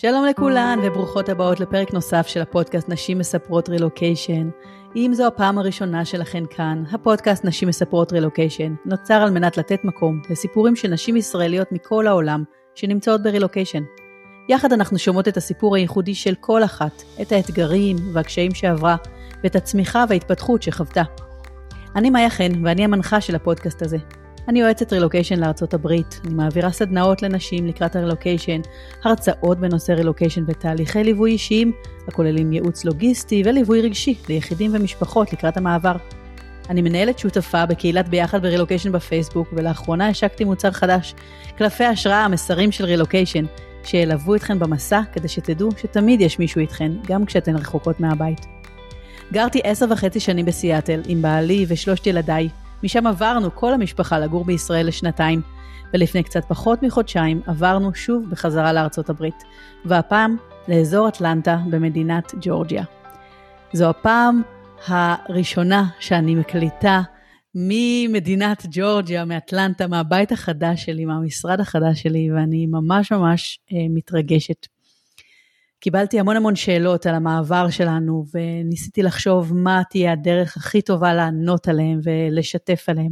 שלום לכולן וברוכות הבאות לפרק נוסף של הפודקאסט נשים מספרות רילוקיישן. אם זו הפעם הראשונה שלכן כאן, הפודקאסט נשים מספרות רילוקיישן נוצר על מנת לתת מקום לסיפורים של נשים ישראליות מכל העולם שנמצאות ברילוקיישן. יחד אנחנו שומעות את הסיפור הייחודי של כל אחת, את האתגרים והקשיים שעברה ואת הצמיחה וההתפתחות שחוותה. אני מאיה חן ואני המנחה של הפודקאסט הזה. אני יועצת רילוקיישן לארצות הברית, אני מעבירה סדנאות לנשים לקראת הרילוקיישן, הרצאות בנושא רילוקיישן ותהליכי ליווי אישיים, הכוללים ייעוץ לוגיסטי וליווי רגשי ליחידים ומשפחות לקראת המעבר. אני מנהלת שותפה בקהילת ביחד ברילוקיישן בפייסבוק, ולאחרונה השקתי מוצר חדש, קלפי השראה המסרים של רילוקיישן, שילוו אתכן במסע כדי שתדעו שתמיד יש מישהו איתכן, גם כשאתן רחוקות מהבית. גרתי 10.5 שנים בסיאטל עם בעלי ושלושת ילדיי, משם עברנו כל המשפחה לגור בישראל לשנתיים, ולפני קצת פחות מחודשיים עברנו שוב בחזרה לארצות הברית, והפעם לאזור אטלנטה במדינת ג'ורג'יה. זו הפעם הראשונה שאני מקליטה ממדינת ג'ורג'יה, מאטלנטה, מהבית החדש שלי, מהמשרד החדש שלי, ואני ממש מתרגשת. קיבלתי המון שאלות על המעבר שלנו, וניסיתי לחשוב מה תהיה הדרך הכי טובה לענות עליהם ולשתף עליהם.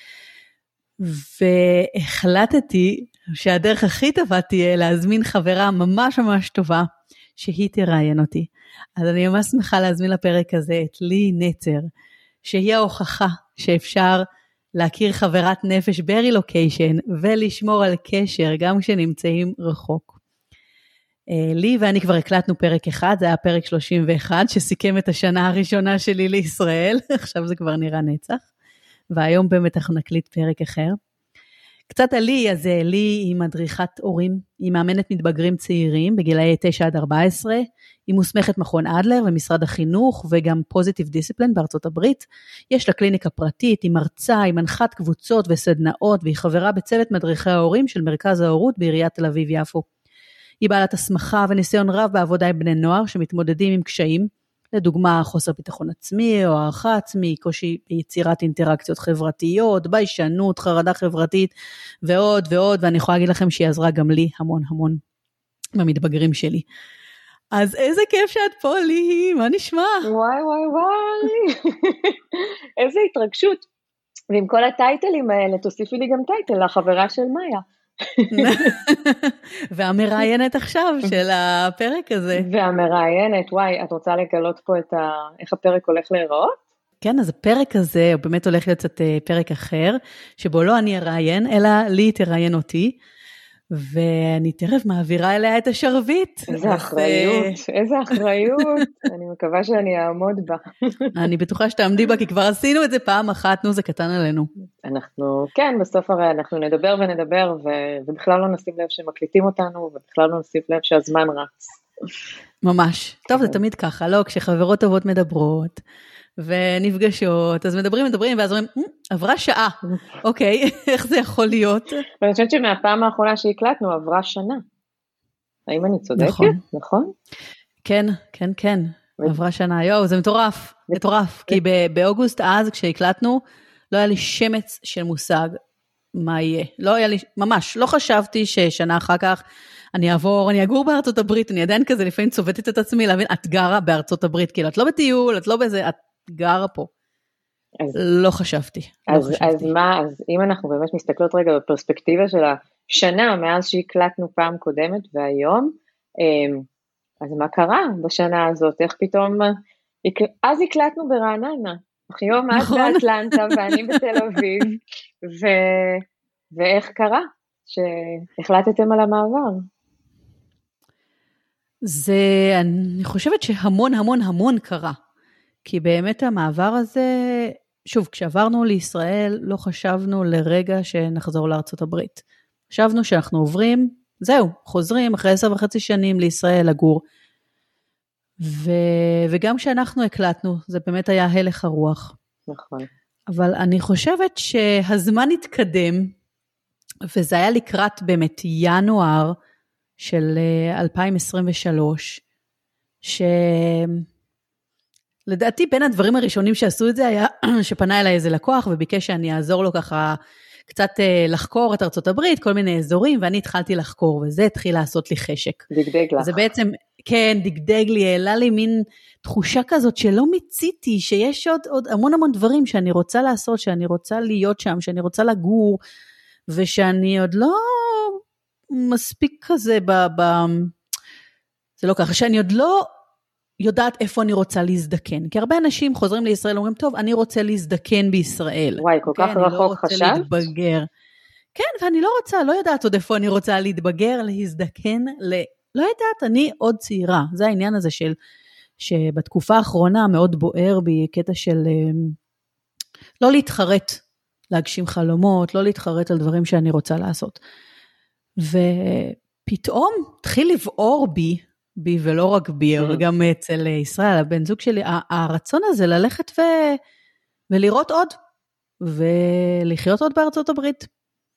והחלטתי שהדרך הכי טובה תהיה להזמין חברה ממש טובה, שהיא תראיין אותי. אז אני ממש שמחה להזמין לפרק הזה את לי נצר, שהיא ההוכחה שאפשר להכיר חברת נפש ברילוקיישן, ולשמור על קשר גם כשנמצאים רחוק. לי ואני כבר הקלטנו פרק אחד, זה היה פרק 31, שסיכם את השנה הראשונה שלי לישראל, עכשיו זה כבר נראה נצח, והיום באמת אנחנו נקליט פרק אחר. קצת עלי, אז לי היא מדריכת הורים, היא מאמנת מתבגרים צעירים, בגילאי 9 עד 14, היא מוסמכת מכון אדלר ומשרד החינוך, וגם פוזיטיב דיסציפלין בארצות הברית, יש לה קליניקה פרטית, היא מרצה, היא מנחת קבוצות וסדנאות, והיא חברה בצוות מדריכי ההורים של מרכז ההורות בעיריית תל אביב יפו. היא בעלת הסמכה וניסיון רב בעבודה עם בני נוער שמתמודדים עם קשיים, לדוגמה חוסר ביטחון עצמי או הערכה עצמי, קושי ביצירת אינטראקציות חברתיות, ביישנות, חרדה חברתית ועוד, ואני יכולה להגיד לכם שהיא עזרה גם לי המון במתבגרים שלי. אז איזה כיף שאת פה לי, מה נשמע? וואי, איזה התרגשות. ועם כל הטייטלים האלה, תוסיפי לי גם טייטל, החברה של מאיה. והמראיינת עכשיו של הפרק הזה. והמראיינת, וואי, את רוצה לגלות פה איך הפרק הולך להיראות? כן, אז הפרק הזה הוא באמת הולך להיות קצת פרק אחר, שבו לא אני אראיין, אלא לי תראיין אותי, ואני תראה מעבירה אליה את השרביט. איזה אחריות, אני מקווה שאני אעמוד בה. אני בטוחה שתעמדי בה, כי כבר עשינו את זה פעם אחת, נו זה קטן עלינו. כן, בסוף הרי אנחנו נדבר ובכלל לא נשים לב שמקליטים אותנו, ובכלל לא נשים לב שהזמן רץ. ממש, טוב זה תמיד ככה, לא, כשחברות טובות מדברות, ונפגשות, אז מדברים, ואז אומרים, עברה שעה, אוקיי, איך זה יכול להיות? ואני חושבת שמהפעם האחרונה שהקלטנו, עברה שנה. האם אני צודקת? נכון? כן, עברה שנה, יואו, זה מטורף, כי באוגוסט אז, כשהקלטנו, לא היה לי שמץ של מושג מה יהיה. לא היה לי, ממש, לא חשבתי ששנה אחר כך, אני אגור בארצות הברית, אני עדיין כזה לפעמים צובטת את עצמי, להבין, את גרה בארצות הברית, כאילו, את לא בטיול, את לא בזה, את גרה פה. לא חשבתי. אז אם אנחנו באמת מסתכלות רגע בפרספקטיבה של השנה, מאז שהקלטנו פעם קודמת והיום, אז מה קרה בשנה הזאת? איך פתאום, אז הקלטנו ברעננה, היום את באטלנטה ואני בתל אביב, ואיך קרה שהחלטתם על המעבר? אני חושבת שהמון קרה. כי באמת המעבר הזה, שוב, כשעברנו לישראל, לא חשבנו לרגע שנחזור לארצות הברית. חשבנו שאנחנו עוברים, זהו, חוזרים אחרי 10.5 שנים לישראל לגור. וגם כשאנחנו הקלטנו, זה באמת היה הלך הרוח. נכון. אבל אני חושבת שהזמן התקדם, וזה היה לקראת באמת ינואר של 2023, לדעתי בין הדברים הראשונים שעשו את זה היה שפנה אליי איזה לקוח וביקש שאני אעזור לו ככה קצת לחקור את ארצות הברית, כל מיני אזורים, ואני התחלתי לחקור, וזה התחיל לעשות לי חשק. דגדג לך. זה בעצם, כן, דגדג לי, העלה לי מין תחושה כזאת שלא מיציתי, שיש עוד המון המון דברים שאני רוצה לעשות, שאני רוצה להיות שם, שאני רוצה לגור, ושאני עוד לא מספיק כזה זה לא ככה, שאני עוד לא יודעת איפה אני רוצה להזדקן, כי הרבה אנשים חוזרים לישראל, אומרים, טוב, אני רוצה להזדקן בישראל. וואי, כל כך רחוק חשבת? אני לא רוצה להתבגר. כן, ואני לא רוצה, לא יודעת עוד איפה אני רוצה להתבגר, להזדקן, לא יודעת, אני עוד צעירה. זה העניין הזה שבתקופה האחרונה מאוד בוער בי, קטע של לא להתחרט, להגשים חלומות, לא להתחרט על דברים שאני רוצה לעשות. ופתאום התחיל לבעור בי ולא רק בי, אבל גם אצל ישראל, הבן זוג שלי, הרצון הזה ללכת ולראות עוד, ולחיות עוד בארצות הברית.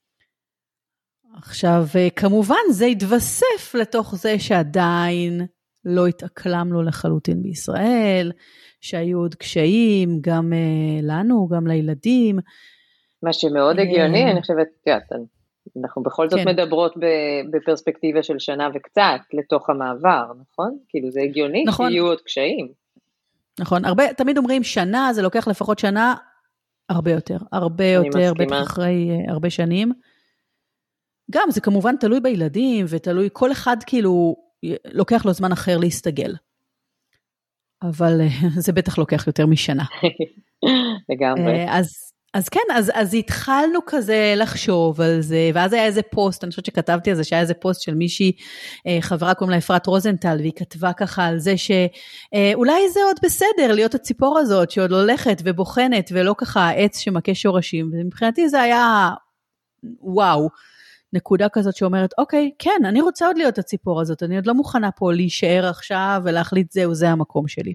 עכשיו, כמובן, זה יתווסף לתוך זה שעדיין לא התאקלמנו לחלוטין בישראל, שהיו עוד קשיים, גם לנו, גם לילדים. מה שמאוד הגיוני, אני חושבת, אנחנו בכל זאת מדברות בפרספקטיבה של שנה וקצת לתוך המעבר, נכון? כאילו זה הגיוני שיהיו עוד קשיים. נכון, תמיד אומרים שנה, זה לוקח לפחות שנה, הרבה יותר, בטח אחרי הרבה שנים. גם זה כמובן תלוי בילדים, ותלוי, כל אחד כאילו לוקח לו זמן אחר להסתגל. אבל זה בטח לוקח יותר משנה. לגמרי. אז כן, אז התחלנו כזה לחשוב על זה, ואז היה איזה פוסט, אני חושבת שכתבתי על זה, שהיה איזה פוסט של מישהי, חברה קוראים לה אפרת רוזנטל, והיא כתבה ככה על זה שאולי זה עוד בסדר, להיות הציפור הזאת, שעוד הולכת ובוחנת, ולא ככה העץ שמכה שורשים, ומבחינתי זה היה, וואו, נקודה כזאת שאומרת, אוקיי, כן, אני רוצה עוד להיות הציפור הזאת, אני עוד לא מוכנה פה להישאר עכשיו, ולהחליט זה המקום שלי.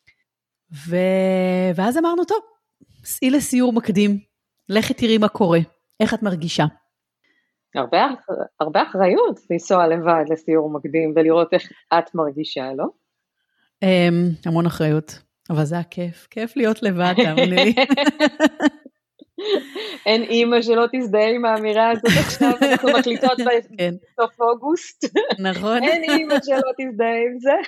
ואז אמרנו, טוב, סעי לסיור מקדים, לכי תראי מה קורה, איך את מרגישה? הרבה אחריות לנסוע לבד לסיור מקדים, ולראות איך את מרגישה, לא? המון אחריות, אבל זה הכיף, כיף להיות לבד, תאמיני לי. אין אימא שלא תזדהה עם האמירה הזאת עכשיו, אנחנו מקליטות בסוף אוגוסט. נכון. אין אימא שלא תזדהה עם זה.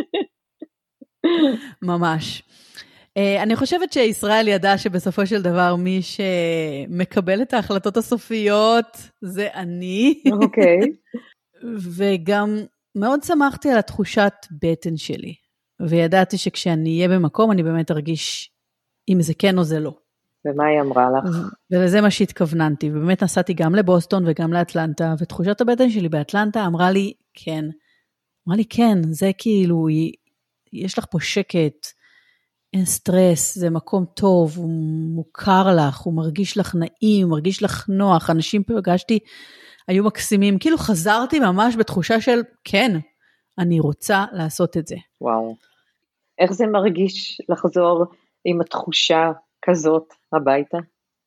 ממש. אני חושבת שישראל ידע שבסופו של דבר מי שמקבל את ההחלטות הסופיות זה אני. אוקיי. וגם מאוד שמחתי על התחושת בטן שלי. וידעתי שכשאני אהיה במקום אני באמת ארגיש אם זה כן או זה לא. ומה היא אמרה לך? ולזה מה שהתכווננתי. ובאמת נסעתי גם לבוסטון וגם לאטלנטה. ותחושת הבטן שלי באטלנטה אמרה לי כן. אמרה לי כן, זה כאילו, יש לך פה שקט. אין סטרס, זה מקום טוב, הוא מוכר לך, הוא מרגיש לך נעים, הוא מרגיש לך נוח, אנשים פגשתי, היו מקסימים, כאילו חזרתי ממש בתחושה של, כן, אני רוצה לעשות את זה. וואו, איך זה מרגיש לחזור עם התחושה כזאת הביתה?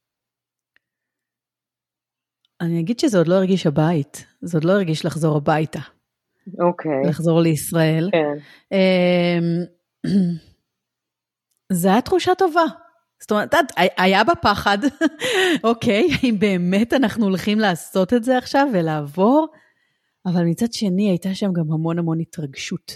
אני אגיד שזה עוד לא הרגיש הבית, זה עוד לא הרגיש לחזור הביתה. אוקיי. לחזור לישראל. כן. זה היה תחושה טובה. זאת אומרת, היה בפחד, אוקיי, אם באמת אנחנו הולכים לעשות את זה עכשיו ולעבור, אבל מצד שני הייתה שם גם המון המון התרגשות,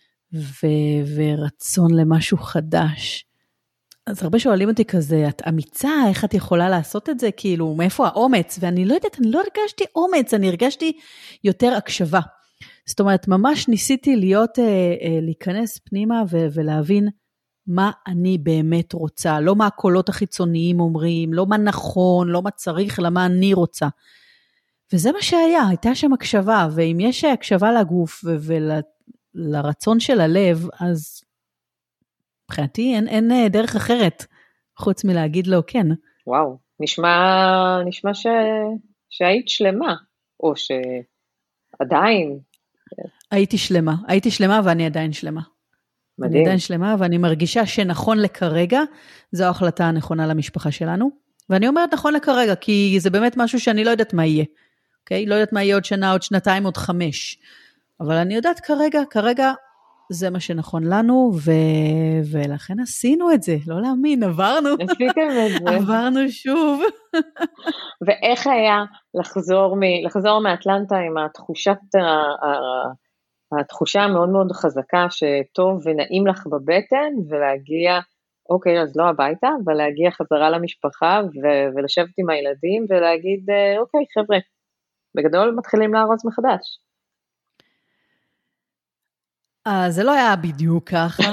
ורצון למשהו חדש. אז הרבה שואלים אותי כזה, את אמיצה, איך את יכולה לעשות את זה? כאילו, מאיפה האומץ? ואני לא יודעת, אני לא הרגשתי אומץ, אני הרגשתי יותר הקשבה. זאת אומרת, ממש ניסיתי להיכנס פנימה ולהבין מה אני באמת רוצה, לא מה הקולות החיצוניים אומרים, לא מה נכון, לא מה צריך, אלא מה אני רוצה. וזה מה שהיה, הייתה שם הקשבה, ואם יש הקשבה לגוף ולרצון של הלב, אז מבחינתי אין דרך אחרת, חוץ מלהגיד לו כן. וואו, נשמע שהיית שלמה, או שעדיין. הייתי שלמה ואני עדיין שלמה. מדהים. אני עדיין שלמה, ואני מרגישה שנכון לכרגע, זו ההחלטה הנכונה למשפחה שלנו, ואני אומרת נכון לכרגע, כי זה באמת משהו שאני לא יודעת מה יהיה, אוקיי? לא יודעת מה יהיה עוד שנה, עוד שנתיים, עוד 5, אבל אני יודעת כרגע זה מה שנכון לנו, ולכן עשינו את זה, לא להאמין, עברנו. עשיתם את זה. עברנו שוב. ואיך היה לחזור מאטלנטה עם התחושה המאוד מאוד חזקה שטוב ונעים לך בבטן, ולהגיע, אוקיי, אז לא הביתה, אבל להגיע חזרה למשפחה, ולשבת עם הילדים, ולהגיד, אוקיי, חבר'ה, בגדול מתחילים לארוז מחדש. זה לא היה בדיוק ככה,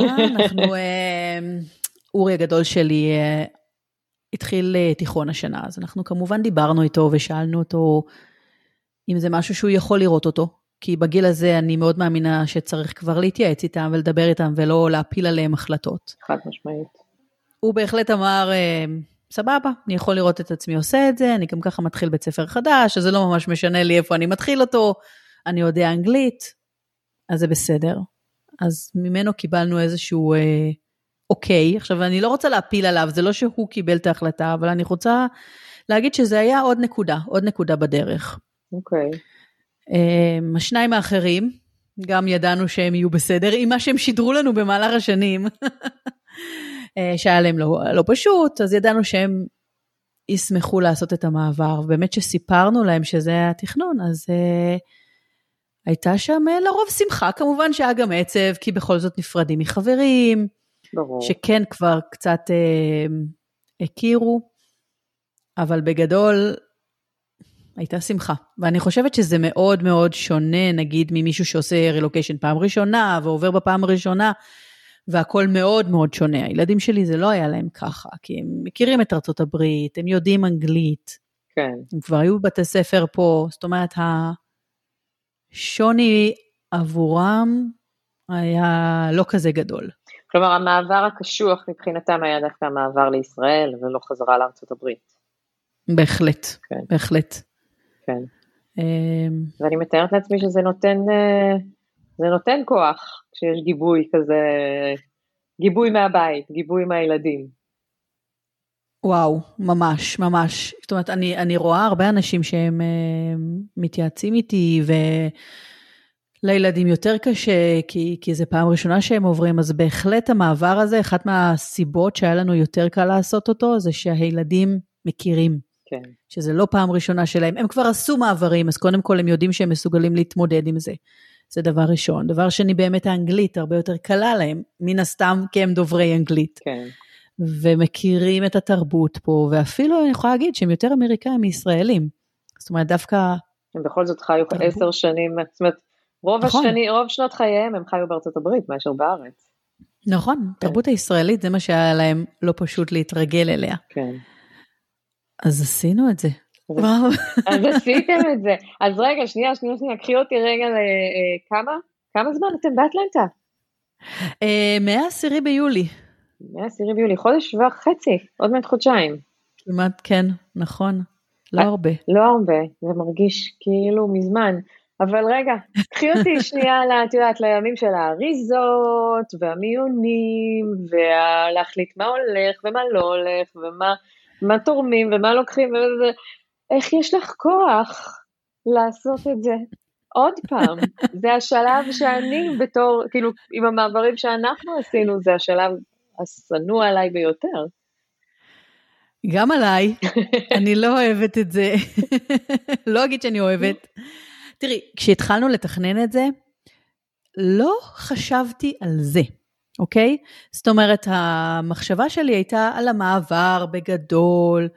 אורי הגדול שלי התחיל תיכון השנה, אז אנחנו כמובן דיברנו איתו ושאלנו אותו אם זה משהו שהוא יכול לראות אותו, כי בגיל הזה אני מאוד מאמינה שצריך כבר להתייעץ איתם ולדבר איתם ולא להפיל עליהם החלטות. חד משמעית. הוא בהחלט אמר, סבבה, אני יכול לראות את עצמי עושה את זה, אני גם ככה מתחיל בית ספר חדש, אז זה לא ממש משנה לי איפה אני מתחיל אותו, אני יודע אנגלית, אז זה בסדר. אז ממנו קיבלנו איזשהו אוקיי, עכשיו אני לא רוצה להפיל עליו, זה לא שהוא קיבל את ההחלטה, אבל אני רוצה להגיד שזה היה עוד נקודה בדרך. אוקיי. השניים האחרים, גם ידענו שהם יהיו בסדר, עם מה שהם שידרו לנו במהלך השנים, שהיה להם לא פשוט, אז ידענו שהם ישמחו לעשות את המעבר, ובאמת שסיפרנו להם שזה התכנון, אז הייתה שם לרוב שמחה, כמובן שהיה גם עצב, כי בכל זאת נפרדים מחברים, ברור. שכן כבר קצת הכירו, אבל בגדול הייתה שמחה, ואני חושבת שזה מאוד מאוד שונה, נגיד ממישהו שעושה רילוקיישן פעם ראשונה, ועובר בפעם הראשונה, והכל מאוד מאוד שונה. הילדים שלי זה לא היה להם ככה, כי הם מכירים את ארצות הברית, הם יודעים אנגלית, כן. הם כבר היו בבתי ספר פה, זאת אומרת, השוני עבורם היה לא כזה גדול. כלומר, המעבר הקשוח מבחינתם היה דווקא המעבר לישראל, ולא חזרה לארצות הברית. בהחלט, כן. בהחלט. כן. ואני מתארת לעצמי שזה נותן כוח, כשיש גיבוי כזה, גיבוי מהבית, גיבוי מהילדים. וואו, ממש, ממש. זאת אומרת, אני רואה הרבה אנשים שהם מתייעצים איתי, ולילדים יותר קשה, כי זה פעם ראשונה שהם עוברים, אז בהחלט המעבר הזה, אחת מהסיבות שהיה לנו יותר קל לעשות אותו, זה שהילדים מכירים. כן. שזה לא פעם ראשונה שלהם. הם כבר עשו מעברים, אז קודם כל הם יודעים שהם מסוגלים להתמודד עם זה. זה דבר ראשון. דבר שני, באמת האנגלית הרבה יותר קלה להם, מן הסתם כי הם דוברי אנגלית. כן. ומכירים את התרבות פה, ואפילו אני יכולה להגיד שהם יותר אמריקאים מישראלים. זאת אומרת, דווקא הם בכל זאת חיו 10 שנים, זאת אומרת, רוב שנות חייהם הם חיו בארצות הברית, מאשר בארץ. נכון, תרבות הישראלית זה מה שהיה להם לא פשוט להתרגל אליה. כן. אז עשינו את זה. אז עשיתם את זה. אז רגע, שנייה, קחי אותי רגע כמה זמן אתם באטלנטה? 10 ביולי. 10 ביולי, חודש וחצי, עוד מעט חודשיים. כמעט כן, נכון. לא הרבה. לא הרבה, זה מרגיש כאילו מזמן. אבל רגע, קחי אותי שנייה, את יודעת, לימים של האריזות, והמיונים, ולהחליט מה הולך ומה לא הולך, ומה תורמים ומה לוקחים, איך יש לך כוח לעשות את זה עוד פעם? זה השלב שאני בתור, כאילו, עם המעברים שאנחנו עשינו, זה השלב השנוא עליי ביותר. גם עליי, אני לא אוהבת את זה, לא אגיד שאני אוהבת. תראי, כשהתחלנו לתכנן את זה, לא חשבתי על זה, אוקיי? זאת אומרת, המחשבה שלי הייתה על המעבר בגדול,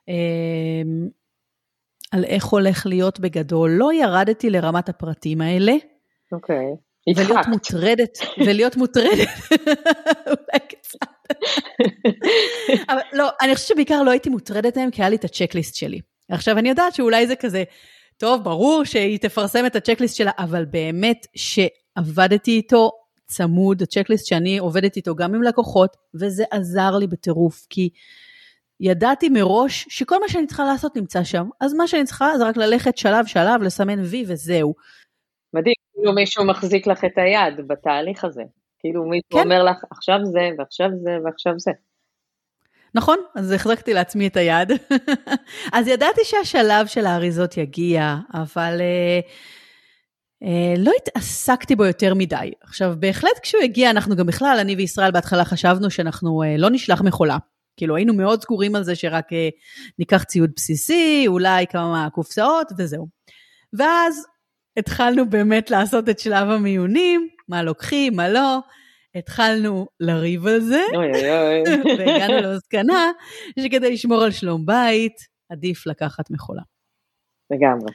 על איך הולך להיות בגדול, לא ירדתי לרמת הפרטים האלה, אוקיי. ולהיות מוטרדת, אולי קצת. אבל לא, אני חושבת שבעיקר לא הייתי מוטרדת מהם, כי היה לי את הצ'קליסט שלי. עכשיו, אני יודעת שאולי זה כזה, טוב, ברור שהיא תפרסם את הצ'קליסט שלה, אבל באמת שעבדתי איתו צמוד, הצ'קליסט שאני עובדת איתו גם עם לקוחות, וזה עזר לי בטירוף, כי ידעתי מראש שכל מה שאני צריכה לעשות נמצא שם, אז מה שאני צריכה זה רק ללכת שלב, לסמן וי וזהו. מדהים, כאילו מישהו מחזיק לך את היד בתהליך הזה, כאילו מישהו אומר לך, עכשיו זה, ועכשיו זה, ועכשיו זה. נכון, אז החזקתי לעצמי את היד. אז ידעתי שהשלב של האריזות יגיע, אבל לא התעסקתי בו יותר מדי. עכשיו, בהחלט כשהוא הגיע, אנחנו גם בכלל, אני וישראל בהתחלה חשבנו שאנחנו לא נשלח מכולה. כאילו, היינו מאוד סגורים על זה שרק ניקח ציוד בסיסי, אולי כמה קופסאות וזהו. ואז התחלנו באמת לעשות את שלב המיונים, מה לוקחים, מה לא, התחלנו לריב על זה, והגענו למסקנה שכדי לשמור על שלום בית, עדיף לקחת מכולה. לגמרי.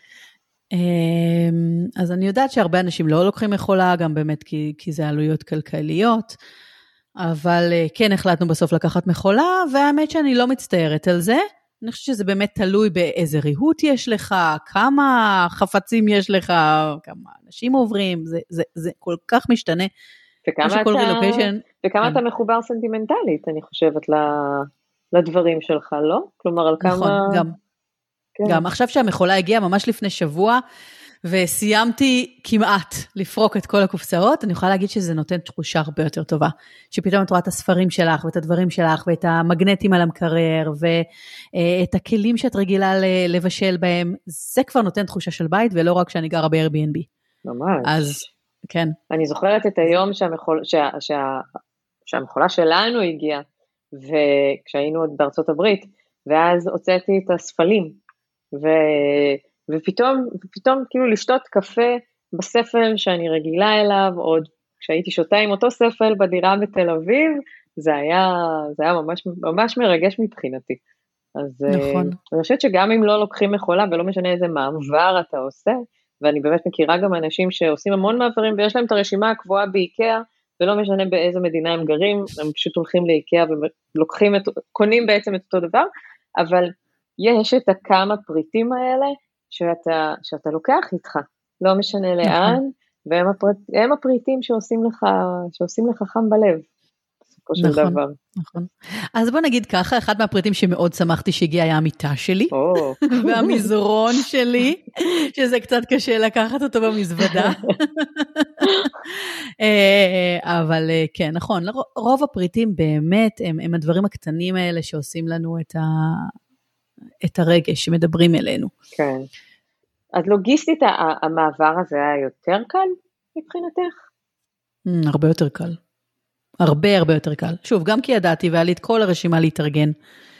אז אני יודעת שהרבה אנשים לא לוקחים מכולה, גם באמת כי זה עלויות כלכליות, אבל כן החלטנו בסוף לקחת מכולה, והאמת שאני לא מצטערת על זה, אני חושבת שזה באמת תלוי באיזה ריהוט יש לך, כמה חפצים יש לך, כמה אנשים עוברים, זה כל כך משתנה. וכמה אתה מחובר סנטימנטלית, אני חושבת, לדברים שלך, לא? כלומר, על כמה... נכון, גם עכשיו שהמכולה הגיעה ממש לפני שבוע, וסיימתי כמעט לפרוק את כל הקופסאות, אני יכולה להגיד שזה נותן תחושה הרבה יותר טובה, שפתאום את רואה את הספרים שלך, ואת הדברים שלך, ואת המגנטים על המקרר, ואת הכלים שאת רגילה לבשל בהם, זה כבר נותן תחושה של בית, ולא רק שאני גרה ב-Airbnb. ממש. אז, כן. אני זוכרת את היום שהמכולה שלנו הגיעה, וכשהיינו עוד בארצות הברית, ואז הוצאתי את הספלים, ופתאום כאילו לשתות קפה בספל שאני רגילה אליו, עוד כשהייתי שותה עם אותו ספל בדירה בתל אביב, זה היה ממש מרגש מבחינתי. אז נכון. אני חושבת שגם אם לא לוקחים מכולה, ולא משנה איזה מעבר אתה עושה, ואני באמת מכירה גם אנשים שעושים המון מעברים, ויש להם את הרשימה הקבועה באיקאה, ולא משנה באיזה מדינה הם גרים, הם פשוט הולכים לאיקאה, קונים בעצם את אותו דבר, אבל יש את הכמה פריטים האלה, שאתה לוקח איתך, לא משנה לאן, והם הפריטים שעושים לך חם בלב, בסופו של דבר. נכון. אז בוא נגיד ככה, אחד מהפריטים שמאוד שמחתי שהגיע היה המיטה שלי, והמזרון שלי, שזה קצת קשה לקחת אותו במזוודה. אבל כן, נכון, רוב הפריטים באמת הם הדברים הקטנים האלה שעושים לנו את הרגש שמדברים אלינו. כן. אז לוגיסטית המעבר הזה היה יותר קל מבחינתך? הרבה יותר קל. הרבה יותר קל. שוב, גם כי ידעתי והיה לי את כל הרשימה להתארגן.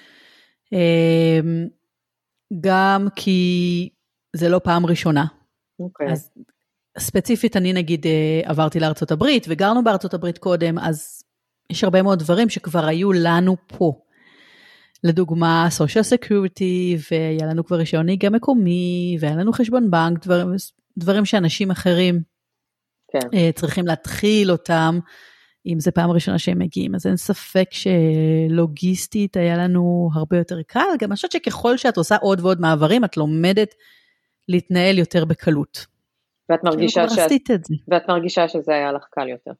גם כי זה לא פעם ראשונה. אוקיי. אז ספציפית אני נגיד עברתי לארצות הברית וגרנו בארצות הברית קודם, אז יש הרבה מאוד דברים שכבר היו לנו פה. לדוגמה, social security, והיה לנו כבר רישיון נהיגה מקומי, והיה לנו חשבון בנק, דברים שאנשים אחרים צריכים להתחיל אותם, אם זה פעם ראשונה שהם מגיעים. אז אין ספק שלוגיסטית היה לנו הרבה יותר קל, גם אני חושבת שככל שאת עושה עוד ועוד מעברים, את לומדת להתנהל יותר בקלות. ואת מרגישה שזה היה לך קל יותר.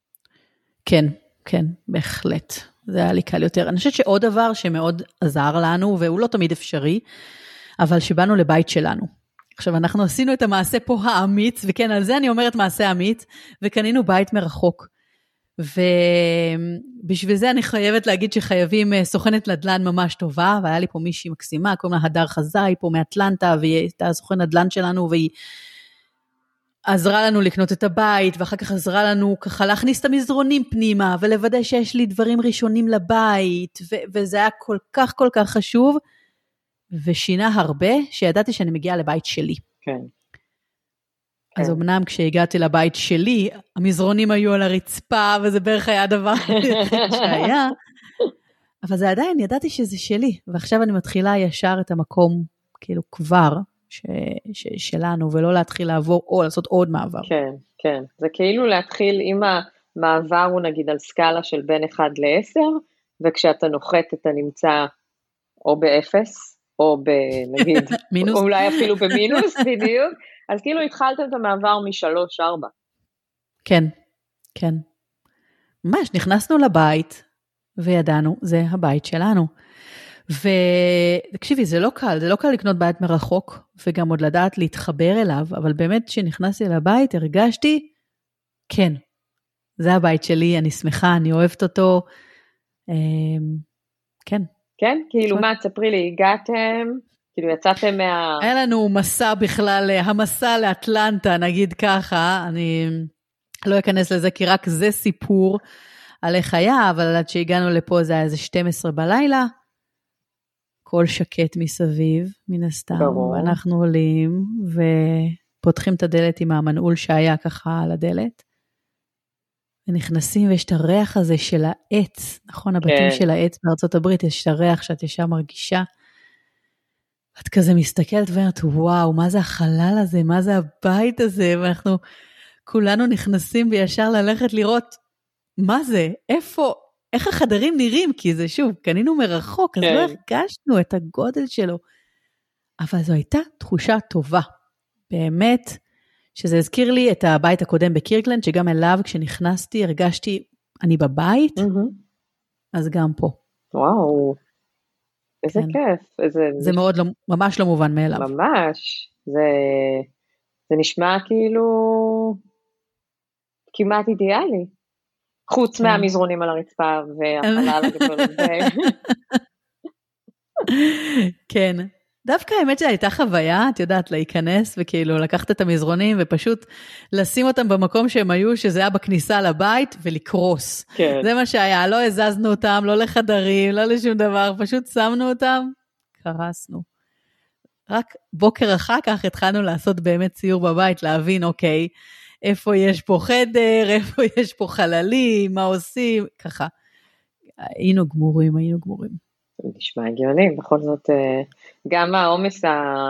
כן, בהחלט. זה היה לי קל יותר. אני חושבת שעוד דבר שמאוד עזר לנו, והוא לא תמיד אפשרי, אבל שבאנו לבית שלנו. עכשיו, אנחנו עשינו את המעשה פה האמיץ, וכן, על זה אני אומרת מעשה אמיץ, וקנינו בית מרחוק. ובשביל זה אני חייבת להגיד שחייבים סוכנת נדל"ן ממש טובה, והיה לי פה מישהי מקסימה, קוראים לה הדר חזאי, פה מאטלנטה, והיא הייתה סוכנת נדל"ן שלנו, והיא עזרה לנו לקנות את הבית, ואחר כך עזרה לנו ככה להכניס את המזרונים פנימה, ולוודא שיש לי דברים ראשונים לבית, וזה היה כל כך חשוב, ושינה הרבה, שידעתי שאני מגיעה לבית שלי. כן. אז אמנם כשהגעתי לבית שלי, המזרונים היו על הרצפה, וזה בערך היה דבר שהיה, אבל זה עדיין, ידעתי שזה שלי, ועכשיו אני מתחילה ישר את המקום, כאילו כבר, שלנו, ולא להתחיל לעבור, או לעשות עוד מעבר. כן. זה כאילו להתחיל, אם המעבר הוא נגיד על סקאלה של בין 1 ל-10, וכשאתה נוחת אתה נמצא או ב-0, או נגיד, אולי אפילו במינוס, בדיוק, אז כאילו התחלתם את המעבר מ-3-4. כן. ממש, נכנסנו לבית, וידענו, זה הבית שלנו. ותקשיבי, זה לא קל לקנות בית מרחוק, וגם עוד לדעת להתחבר אליו, אבל באמת כשנכנסתי לבית, הרגשתי, כן, זה הבית שלי, אני שמחה, אני אוהבת אותו, כן. כן, כאילו מה, תספרי לי, הגעתם, כאילו יצאתם היה לנו מסע בכלל, המסע לאטלנטה, נגיד ככה, אני לא אכנס לזה, כי רק זה סיפור על איך היה, אבל עד שהגענו לפה זה היה איזה 12 בלילה, כל שקט מסביב, מן הסתם, ברור. ואנחנו עולים, ופותחים את הדלת עם המנעול שהיה ככה על הדלת, ונכנסים ויש את הריח הזה של העץ, נכון, הבתים של העץ בארצות הברית, יש את הריח שאת ישר מרגישה, את כזה מסתכלת ואומרת, וואו, מה זה החלל הזה, מה זה הבית הזה, ואנחנו כולנו נכנסים בישר ללכת לראות, מה זה, איפה, איך החדרים נראים, כי זה שוב, קנינו מרחוק, אז לא הרגשנו את הגודל שלו, אבל זו הייתה תחושה טובה, באמת, שזה הזכיר לי את הבית הקודם בקירקלנד, שגם אליו כשנכנסתי, הרגשתי, אני בבית, אז גם פה. וואו, איזה כיף. זה מאוד, ממש לא מובן מאליו. ממש, זה נשמע כאילו כמעט אידיאלי. חוץ מהמזרונים על הרצפה והחלל הגדול. כן. דווקא האמת שהייתה חוויה, את יודעת, להיכנס וכאילו לקחת את המזרונים ופשוט לשים אותם במקום שהם היו, שזה היה בכניסה לבית ולקרוס. כן. זה מה שהיה, לא הזזנו אותם, לא לחדרים, לא לשום דבר, פשוט שמנו אותם, קרסנו. רק בוקר אחר כך התחלנו לעשות באמת ציור בבית, להבין, אוקיי, איפה יש פה חדר, איפה יש פה חללים, מה עושים, ככה. היינו גמורים. נשמע הגיוני, בכל זאת, גם העומס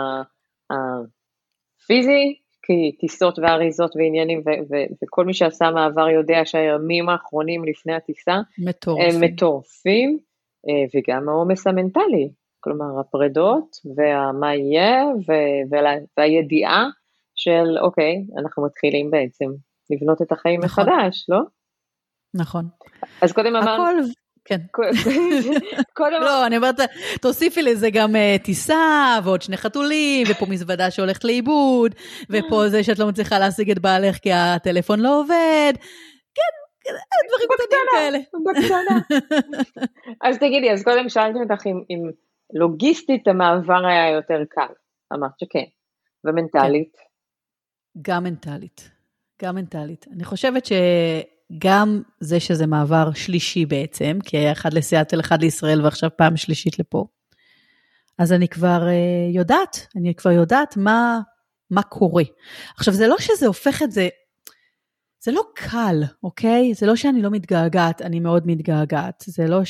הפיזי, כי טיסות ואריזות ועניינים, וכל מי שעשה מעבר יודע שהימים האחרונים לפני הטיסה, הם מטורפים, וגם העומס המנטלי, כלומר הפרדות, ומה יהיה, והידיעה של, אוקיי, אנחנו מתחילים בעצם לבנות את החיים מחדש, לא? נכון. אז קודם אמרנו, כן. לא, אני אומרת, תוסיפי לזה גם טיסה, ועוד 2 חתולים, ופה מזוודה שהולכת לאיבוד, ופה זה שאת לא מצליחה להשיג את בעלך, כי הטלפון לא עובד. כן, דברים קטנים כאלה. בקטנה. אז תגידי, אז קודם שאלתי אותך אם לוגיסטית המעבר היה יותר קל. אמרת שכן. ומנטלית? גם מנטלית. אני חושבת גם זה שזה מעבר שלישי בעצם, כי אחד לסיאטל, אחד לישראל, ועכשיו פעם שלישית לפה. אז אני כבר יודעת מה קורה. עכשיו, זה לא שזה הופך את זה, זה לא קל, אוקיי? זה לא שאני לא מתגעגעת, אני מאוד מתגעגעת. זה לא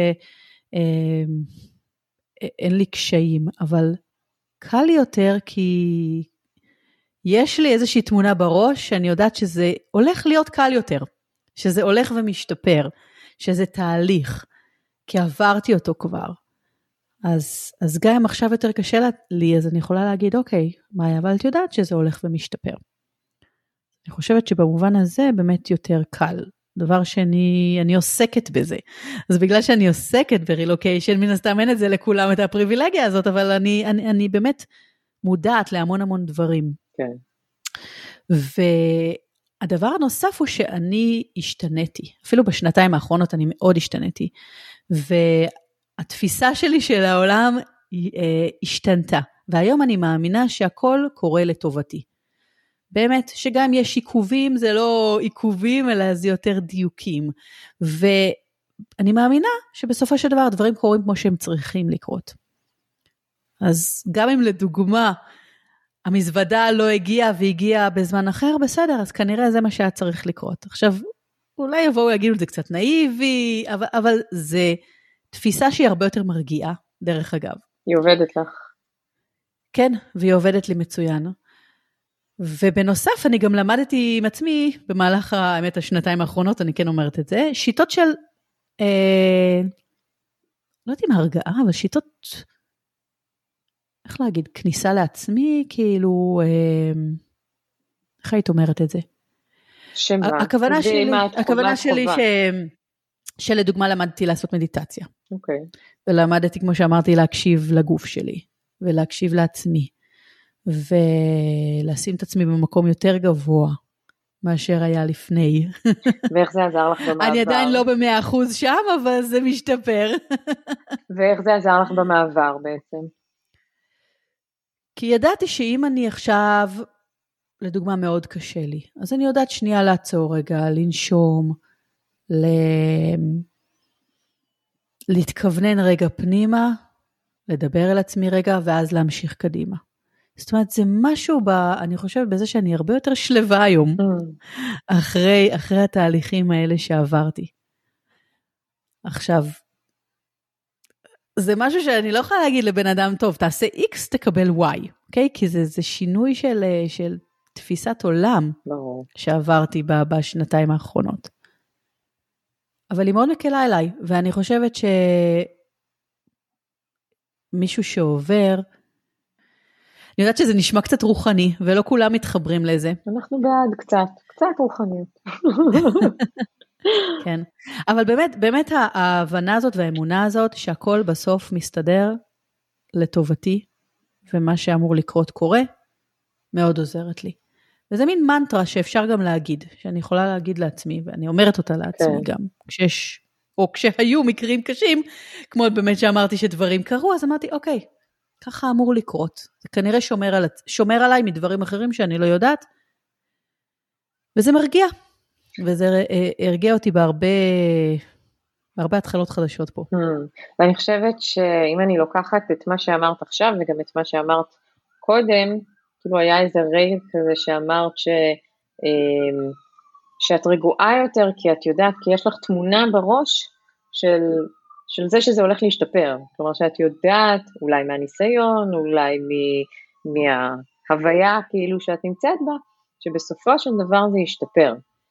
אין לי קשיים, אבל קל לי יותר כי יש לי איזושהי תמונה בראש, שאני יודעת שזה הולך להיות קל יותר. שזה הולך ומשתפר, שזה תהליך, כי עברתי אותו כבר. אז גם אם עכשיו יותר קשה לי, אז אני יכולה להגיד, אוקיי, מאיה, אבל את יודעת שזה הולך ומשתפר. אני חושבת שבמובן הזה באמת יותר קל. דבר שאני עוסקת בזה. אז בגלל שאני עוסקת ברילוקיישן, מן הסתם אין את זה לכולם את הפריבילגיה הזאת, אבל אני באמת מודעת להמון דברים. כן. הדבר הנוסף הוא שאני השתניתי, אפילו בשנתיים האחרונות אני מאוד השתניתי, והתפיסה שלי של העולם השתנתה, והיום אני מאמינה שהכל קורה לטובתי. באמת, שגם יש עיכובים, זה לא עיכובים, אלא זה יותר דיוקים, ואני מאמינה שבסופו של דבר הדברים קורים כמו שהם צריכים לקרות. אז גם אם לדוגמה, המזוודה לא הגיעה והגיעה בזמן אחר, בסדר, אז כנראה זה מה שהיה צריך לקרות. עכשיו, אולי יבואו יגידו את זה קצת נאיבי, אבל זה תפיסה שהיא הרבה יותר מרגיעה, דרך אגב. היא עובדת לך. כן, והיא עובדת לי מצוין. ובנוסף, אני גם למדתי עם עצמי, במהלך האמת השנתיים האחרונות, אני כן אומרת את זה, שיטות של, לא יודעת אם הרגעה, אבל שיטות, איך להגיד, כניסה לעצמי, כאילו, איך היית אומרת את זה? שמה? הכוונה שלי שלדוגמה למדתי לעשות מדיטציה. אוקיי. ולמדתי, כמו שאמרתי, להקשיב לגוף שלי, ולהקשיב לעצמי, ולשים את עצמי במקום יותר גבוה, מאשר היה לפני. ואיך זה עזר לך במעבר? אני עדיין לא ב100% שם, אבל זה משתפר. ואיך זה עזר לך במעבר בעצם? כי ידעתי שאם אני עכשיו, לדוגמה מאוד קשה לי, אז אני יודעת שנייה לעצור רגע, לנשום, להתכוונן רגע פנימה, לדבר אל עצמי רגע, ואז להמשיך קדימה. זאת אומרת, זה משהו, אני חושבת בזה שאני הרבה יותר שלווה היום, אחרי התהליכים האלה שעברתי. עכשיו, זה משהו שאני לא יכולה להגיד לבן אדם, טוב, תעשה X, תקבל Y, אוקיי? כי זה שינוי של תפיסת עולם, שעברתי בשנתיים האחרונות. אבל היא מאוד מקלה אליי, ואני חושבת שמישהו שעובר, אני יודעת שזה נשמע קצת רוחני, ולא כולם מתחברים לזה. אנחנו בעד קצת רוחניות. כן, אבל באמת ההבנה הזאת והאמונה הזאת, שהכל בסוף מסתדר לטובתי, ומה שאמור לקרות קורה, מאוד עוזרת לי. וזה מין מנטרה שאפשר גם להגיד, שאני יכולה להגיד לעצמי, ואני אומרת אותה לעצמי גם, כשהיו מקרים קשים, כמו באמת שאמרתי שדברים קרו, אז אמרתי, אוקיי, ככה אמור לקרות. זה כנראה שומר עליי מדברים אחרים שאני לא יודעת, וזה מרגיע. וזה הרגיע אותי בהרבה התחלות חדשות פה. ואני חושבת שאם אני לוקחת את מה שאמרת עכשיו, וגם את מה שאמרת קודם, כאילו היה איזה רגע כזה שאמרת שאת רגועה יותר, כי את יודעת, כי יש לך תמונה בראש של זה שזה הולך להשתפר. כלומר שאת יודעת, אולי מהניסיון, אולי מההוויה כאילו שאת נמצאת בה, שבסופו של דבר זה ישתפר.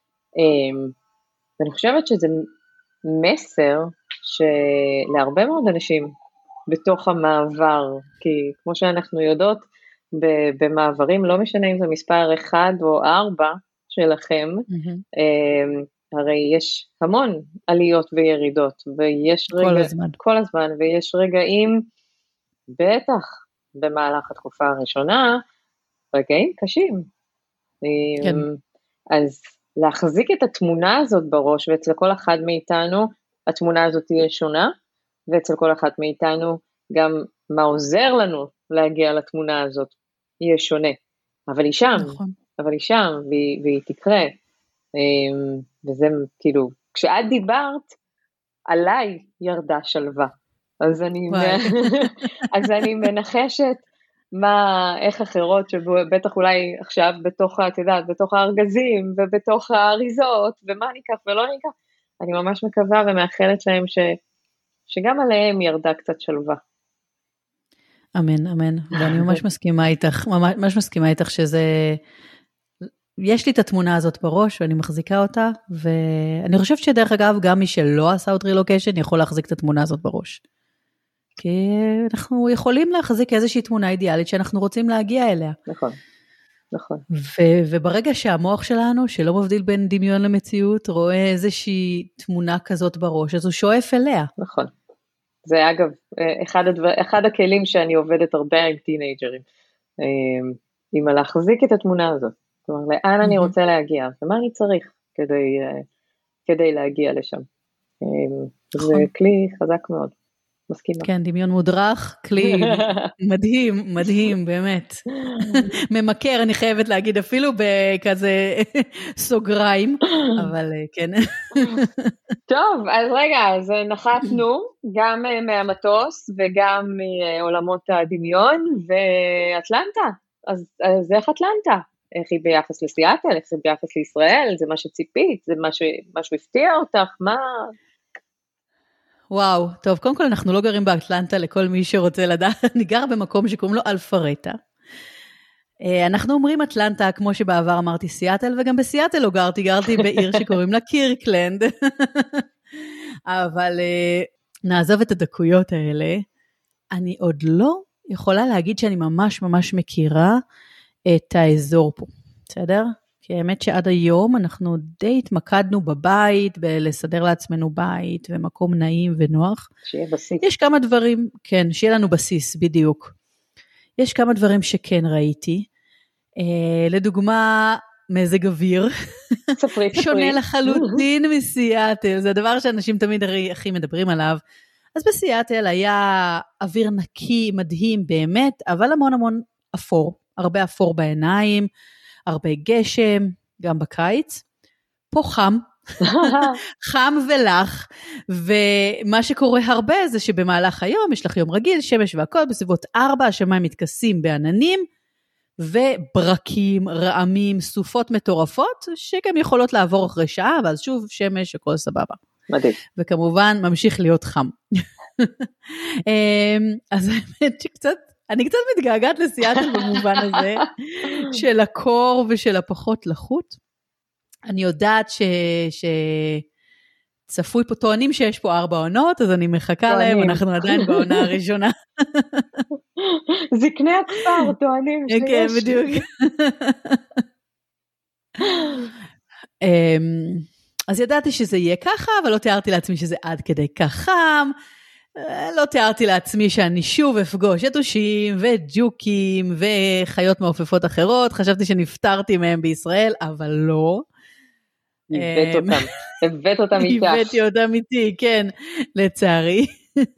ואני חושבת שזה מסר שלהרבה מאוד אנשים בתוך המעבר, כי כמו שאנחנו יודעות, במעברים, לא משנה אם זה מספר 1 או 4 שלכם, הרי יש המון עליות וירידות, ויש כל הזמן, ויש רגעים, בטח במהלך התקופה הראשונה, רגעים קשים. כן. אז להחזיק את התמונה הזאת בראש, ואצל כל אחד מאיתנו, התמונה הזאת תהיה שונה, ואצל כל אחד מאיתנו, גם מה עוזר לנו להגיע לתמונה הזאת, יהיה שונה. אבל היא שם, נכון. והיא תקרה. וזה כאילו, כשאת דיברת, עליי ירדה שלווה. אז אני מנחשת, איך אחרות, שבטח אולי עכשיו בתוך, את יודעת, בתוך הארגזים, ובתוך האריזות, ומה ניקח ולא ניקח, אני ממש מקווה ומאחלת להם שגם עליהם ירדה קצת שלווה. אמן, אמן, ואני ממש מסכימה איתך שזה, יש לי את התמונה הזאת בראש, ואני מחזיקה אותה, ואני חושבת שדרך אגב, גם מי שלא עשה עוד רילוקיישן, יכול להחזיק את התמונה הזאת בראש. כי אנחנו יכולים להחזיק איזושהי תמונה אידיאלית, שאנחנו רוצים להגיע אליה. נכון. וברגע שהמוח שלנו, שלא מבדיל בין דמיון למציאות, רואה איזושהי תמונה כזאת בראש, אז הוא שואף אליה. נכון. זה אגב, אחד הכלים שאני עובדת הרבה עם טינאג'רים, עם להחזיק את התמונה הזאת. זאת אומרת, לאן אני רוצה להגיע, ומה אני צריך כדי להגיע לשם. זה כלי חזק מאוד. מסכימה. כן, דמיון מודרך, כלי מדהים, באמת. ממכר, אני חייבת להגיד, אפילו בכזה סוגריים, אבל כן. טוב, אז רגע, אז נחתנו גם מהמטוס וגם מעולמות הדמיון ואטלנטה. אז איך אטלנטה? איך היא ביחס לסיאטל? איך היא ביחס לישראל? זה מה שציפית? זה משהו הפתיע אותך? מה? וואו, טוב, קודם כל אנחנו לא גרים באטלנטה לכל מי שרוצה לדעת, אני גר במקום שקוראים לו אלפרטה. אנחנו אומרים אטלנטה, כמו שבעבר אמרתי סיאטל, וגם בסיאטל לא גרתי בעיר שקוראים לה קירקלנד. אבל נעזוב את הדקויות האלה, אני עוד לא יכולה להגיד שאני ממש ממש מכירה את האזור פה, בסדר? כי האמת שעד היום אנחנו די התמקדנו בבית, בלסדר לעצמנו בית, ומקום נעים ונוח. שיהיה בסיס. יש כמה דברים, כן, שיהיה לנו בסיס, בדיוק. יש כמה דברים שכן ראיתי. לדוגמה, מזג אוויר. ספרי. שונה לחלוטין מסיאטל, זה הדבר שאנשים תמיד הכי מדברים עליו. אז בסיאטל היה אוויר נקי, מדהים באמת, אבל המון המון אפור, הרבה אפור בעיניים, הרבה גשם, גם בקיץ. פה חם, חם ולח, ומה שקורה הרבה זה שבמהלך היום, יש לך יום רגיל, שמש והכל, בסביבות 4, השמיים מתכסים בעננים, וברקים, רעמים, סופות מטורפות, שגם יכולות לעבור אחרי שעה, ואז שוב שמש, הכל סבבה. מדהים. וכמובן, ממשיך להיות חם. אז האמת שקצת, אני קצת מתגעגעת לסיאטל במובן הזה, של הקור ושל הפחות לחות. אני יודעת שצפוי פה, טוענים שיש פה 4 עונות, אז אני מחכה להם, אנחנו עדיין בעונה הראשונה. זקני הכפר, טוענים שיש. כן, בדיוק. אז ידעתי שזה יהיה ככה, אבל לא תיארתי לעצמי שזה עד כדי כך חם, לא תיארתי לעצמי שאני שוב אפגוש יתושים וג'וקים וחיות מעופפות אחרות, חשבתי שנפטרתי מהם בישראל, אבל לא. הבאת אותם איתך. הבאתי אותם איתי, כן, לצערי.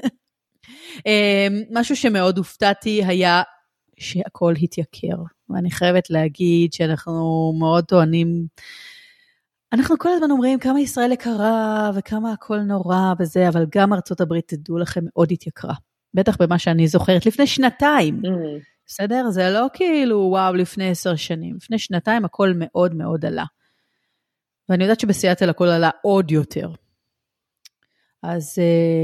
משהו שמאוד הופתעתי היה שהכל התייקר, ואני חייבת להגיד שאנחנו מאוד טוענים, אנחנו כל הזמן אומרים כמה ישראל יקרה וכמה הכל נורא וזה, אבל גם ארצות הברית, תדעו לכם, מאוד התייקרה. בטח במה שאני זוכרת, לפני 2 בסדר? זה לא כאילו וואו לפני 10 שנים, לפני 2 הכל מאוד מאוד עלה. ואני יודעת שבסיאטל הכל עלה עוד יותר. אז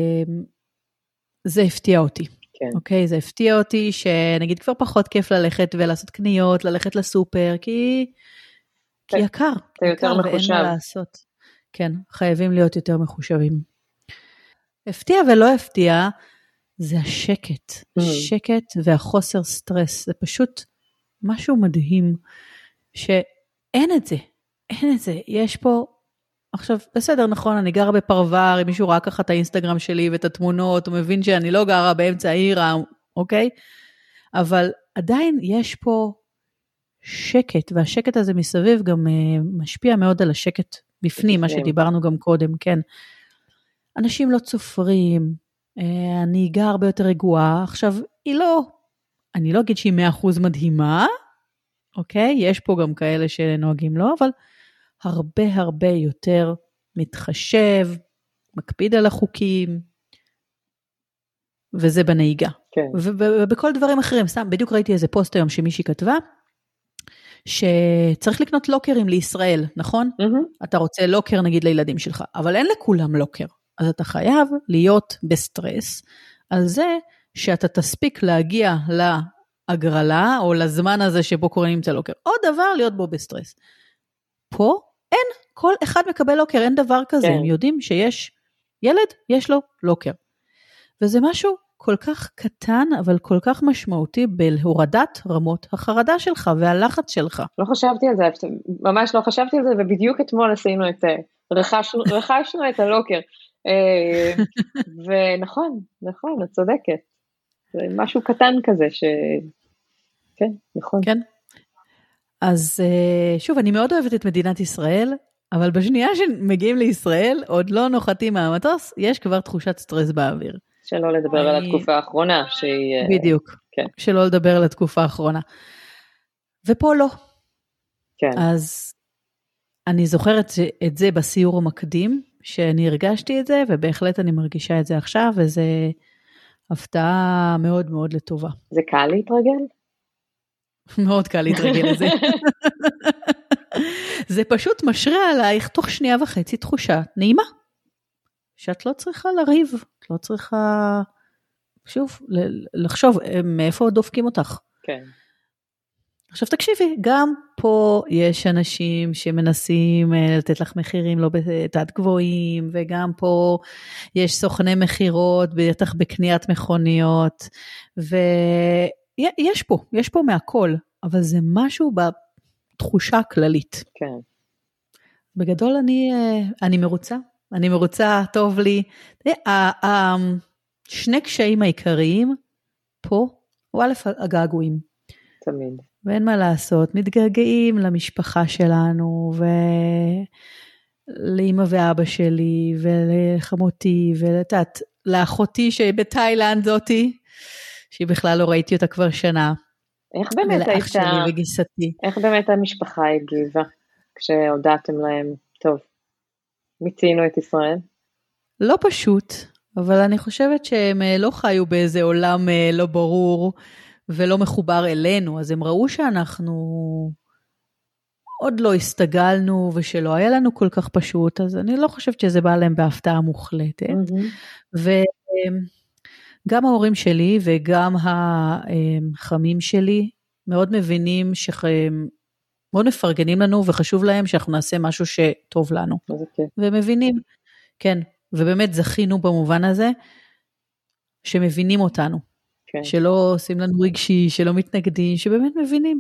זה הפתיע אותי. כן. אוקיי, זה הפתיע אותי שנגיד כבר פחות כיף ללכת ולעשות קניות, ללכת לסופר, כי יקר. זה יותר מחושב. ואין מה לעשות. כן, חייבים להיות יותר מחושבים. הפתיע ולא הפתיע, זה השקט. שקט והחוסר סטרס. זה פשוט משהו מדהים, שאין את זה. אין את זה. יש פה, עכשיו, בסדר, נכון, אני גרה בפרוור, אם מישהו ראה ככה את האינסטגרם שלי ואת התמונות, הוא מבין שאני לא גרה באמצע העיר, אוקיי? אבל עדיין יש פה שקט, והשקט הזה מסביב גם משפיע מאוד על השקט בפנים, מה שדיברנו גם קודם, כן. אנשים לא צופרים, הנהיגה הרבה יותר רגועה, עכשיו, אני לא אגיד שהיא 100% מדהימה, אוקיי? יש פה גם כאלה שנוהגים לא, אבל הרבה הרבה יותר מתחשב, מקפיד על החוקים, וזה בנהיגה. כן. ובכל דברים אחרים, סתם, בדיוק ראיתי איזה פוסט היום שמישהי כתבה, שצריך לקנות לוקרים לישראל, נכון? אתה רוצה לוקר נגיד לילדים שלך, אבל אין לכולם לוקר, אז אתה חייב להיות בסטרס, על זה שאתה תספיק להגיע להגרלה, או לזמן הזה שבו קוראים את הלוקר. עוד דבר להיות בו בסטרס. פה אין, כל אחד מקבל לוקר, אין דבר כזה, הם יודעים שיש ילד, יש לו לוקר. וזה משהו כל כך קטן, אבל כל כך משמעותי, בהורדת רמות החרדה שלך, והלחץ שלך. לא חשבתי על זה, ממש לא חשבתי על זה, ובדיוק אתמול עשינו את, רכשנו את הלוקר, ונכון, את צודקת. זה משהו קטן כזה, כן, נכון. כן. אז שוב, אני מאוד אוהבת את מדינת ישראל, אבל בשנייה שמגיעים לישראל, עוד לא נוחתים מהמטוס, יש כבר תחושת סטרס באוויר. שלא לדבר על התקופה האחרונה, שהיא... בדיוק, כן. שלא לדבר על התקופה האחרונה. ופה לא. כן. אז אני זוכרת את זה בסיור המקדים, שאני הרגשתי את זה, ובהחלט אני מרגישה את זה עכשיו, וזה הפתעה מאוד מאוד לטובה. זה קל להתרגל? מאוד קל להתרגל לזה. זה פשוט משרה עלייך תוך 2.5 תחושה נעימה. שאת לא צריכה לריב, את לא צריכה, שוב, לחשוב מאיפה דופקים אותך. כן. עכשיו תקשיבי, גם פה יש אנשים שמנסים לתת לך מחירים לא בתת גבוהים, וגם פה יש סוכני מחירות, בטח בקניית מכוניות, יש פה מהכל, אבל זה משהו בתחושה הכללית. כן. בגדול אני מרוצה. אני מרוצה, טוב לי. שני קשיים העיקריים פה, הוא א' הגעגועים. תמיד. ואין מה לעשות, מתגעגעים למשפחה שלנו, ולאמא ואבא שלי, ולחמותי, לאחותי שבתאילנד זאתי, שהיא בכלל לא ראיתי אותה כבר שנה. איך באמת ולאח שלי וגיסתי. איך באמת המשפחה הגיבה, כשהודעתם להם, טוב, מיצינו את ישראל? לא פשוט, אבל אני חושבת שהם לא חיו באיזה עולם לא ברור, ולא מחובר אלינו, אז הם ראו שאנחנו עוד לא הסתגלנו, ושלא היה לנו כל כך פשוט, אז אני לא חושבת שזה בא להם בהפתעה מוחלטת. וגם ההורים שלי, וגם החמים שלי, מאוד מבינים מאוד מפרגנים לנו, וחשוב להם שאנחנו נעשה משהו שטוב לנו. ומבינים, כן, ובאמת זכינו במובן הזה, שמבינים אותנו. כן. שלא עושים לנו רגשי, שלא מתנגדים, שבאמת מבינים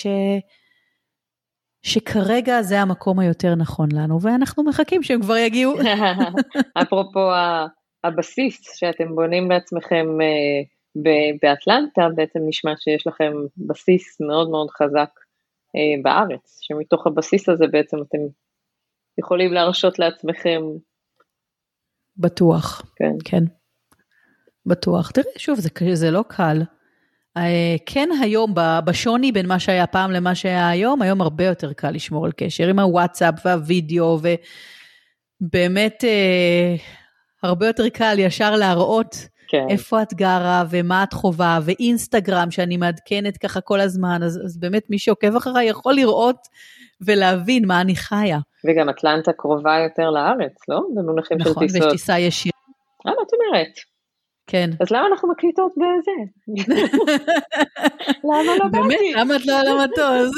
שכרגע זה המקום היותר נכון לנו, ואנחנו מחכים שהם כבר יגיעו. אפרופו הבסיס שאתם בונים בעצמכם באטלנטה, בעצם נשמע שיש לכם בסיס מאוד מאוד חזק בארץ, שמתוך הבסיס הזה בעצם אתם יכולים להרשות לעצמכם. בטוח, כן. כן. בטוח. תראי, שוב, זה לא קל. כן היום, בשוני בין מה שהיה פעם למה שהיה היום הרבה יותר קל לשמור על קשר, עם הוואטסאפ והווידאו, ובאמת הרבה יותר קל ישר להראות כן. איפה את גרה, ומה את חובה, ואינסטגרם שאני מעדכנת ככה כל הזמן, אז באמת מי שעוקב אחריי יכול לראות, ולהבין מה אני חיה. וגם אטלנטה קרובה יותר לארץ, לא? במונחים של טיסות. נכון, ויש טיסה ישירה. מה את אומרת? כן. אז למה אנחנו מקליטות בזה? למה לא באתי? באמת, למה את לא על המטוס?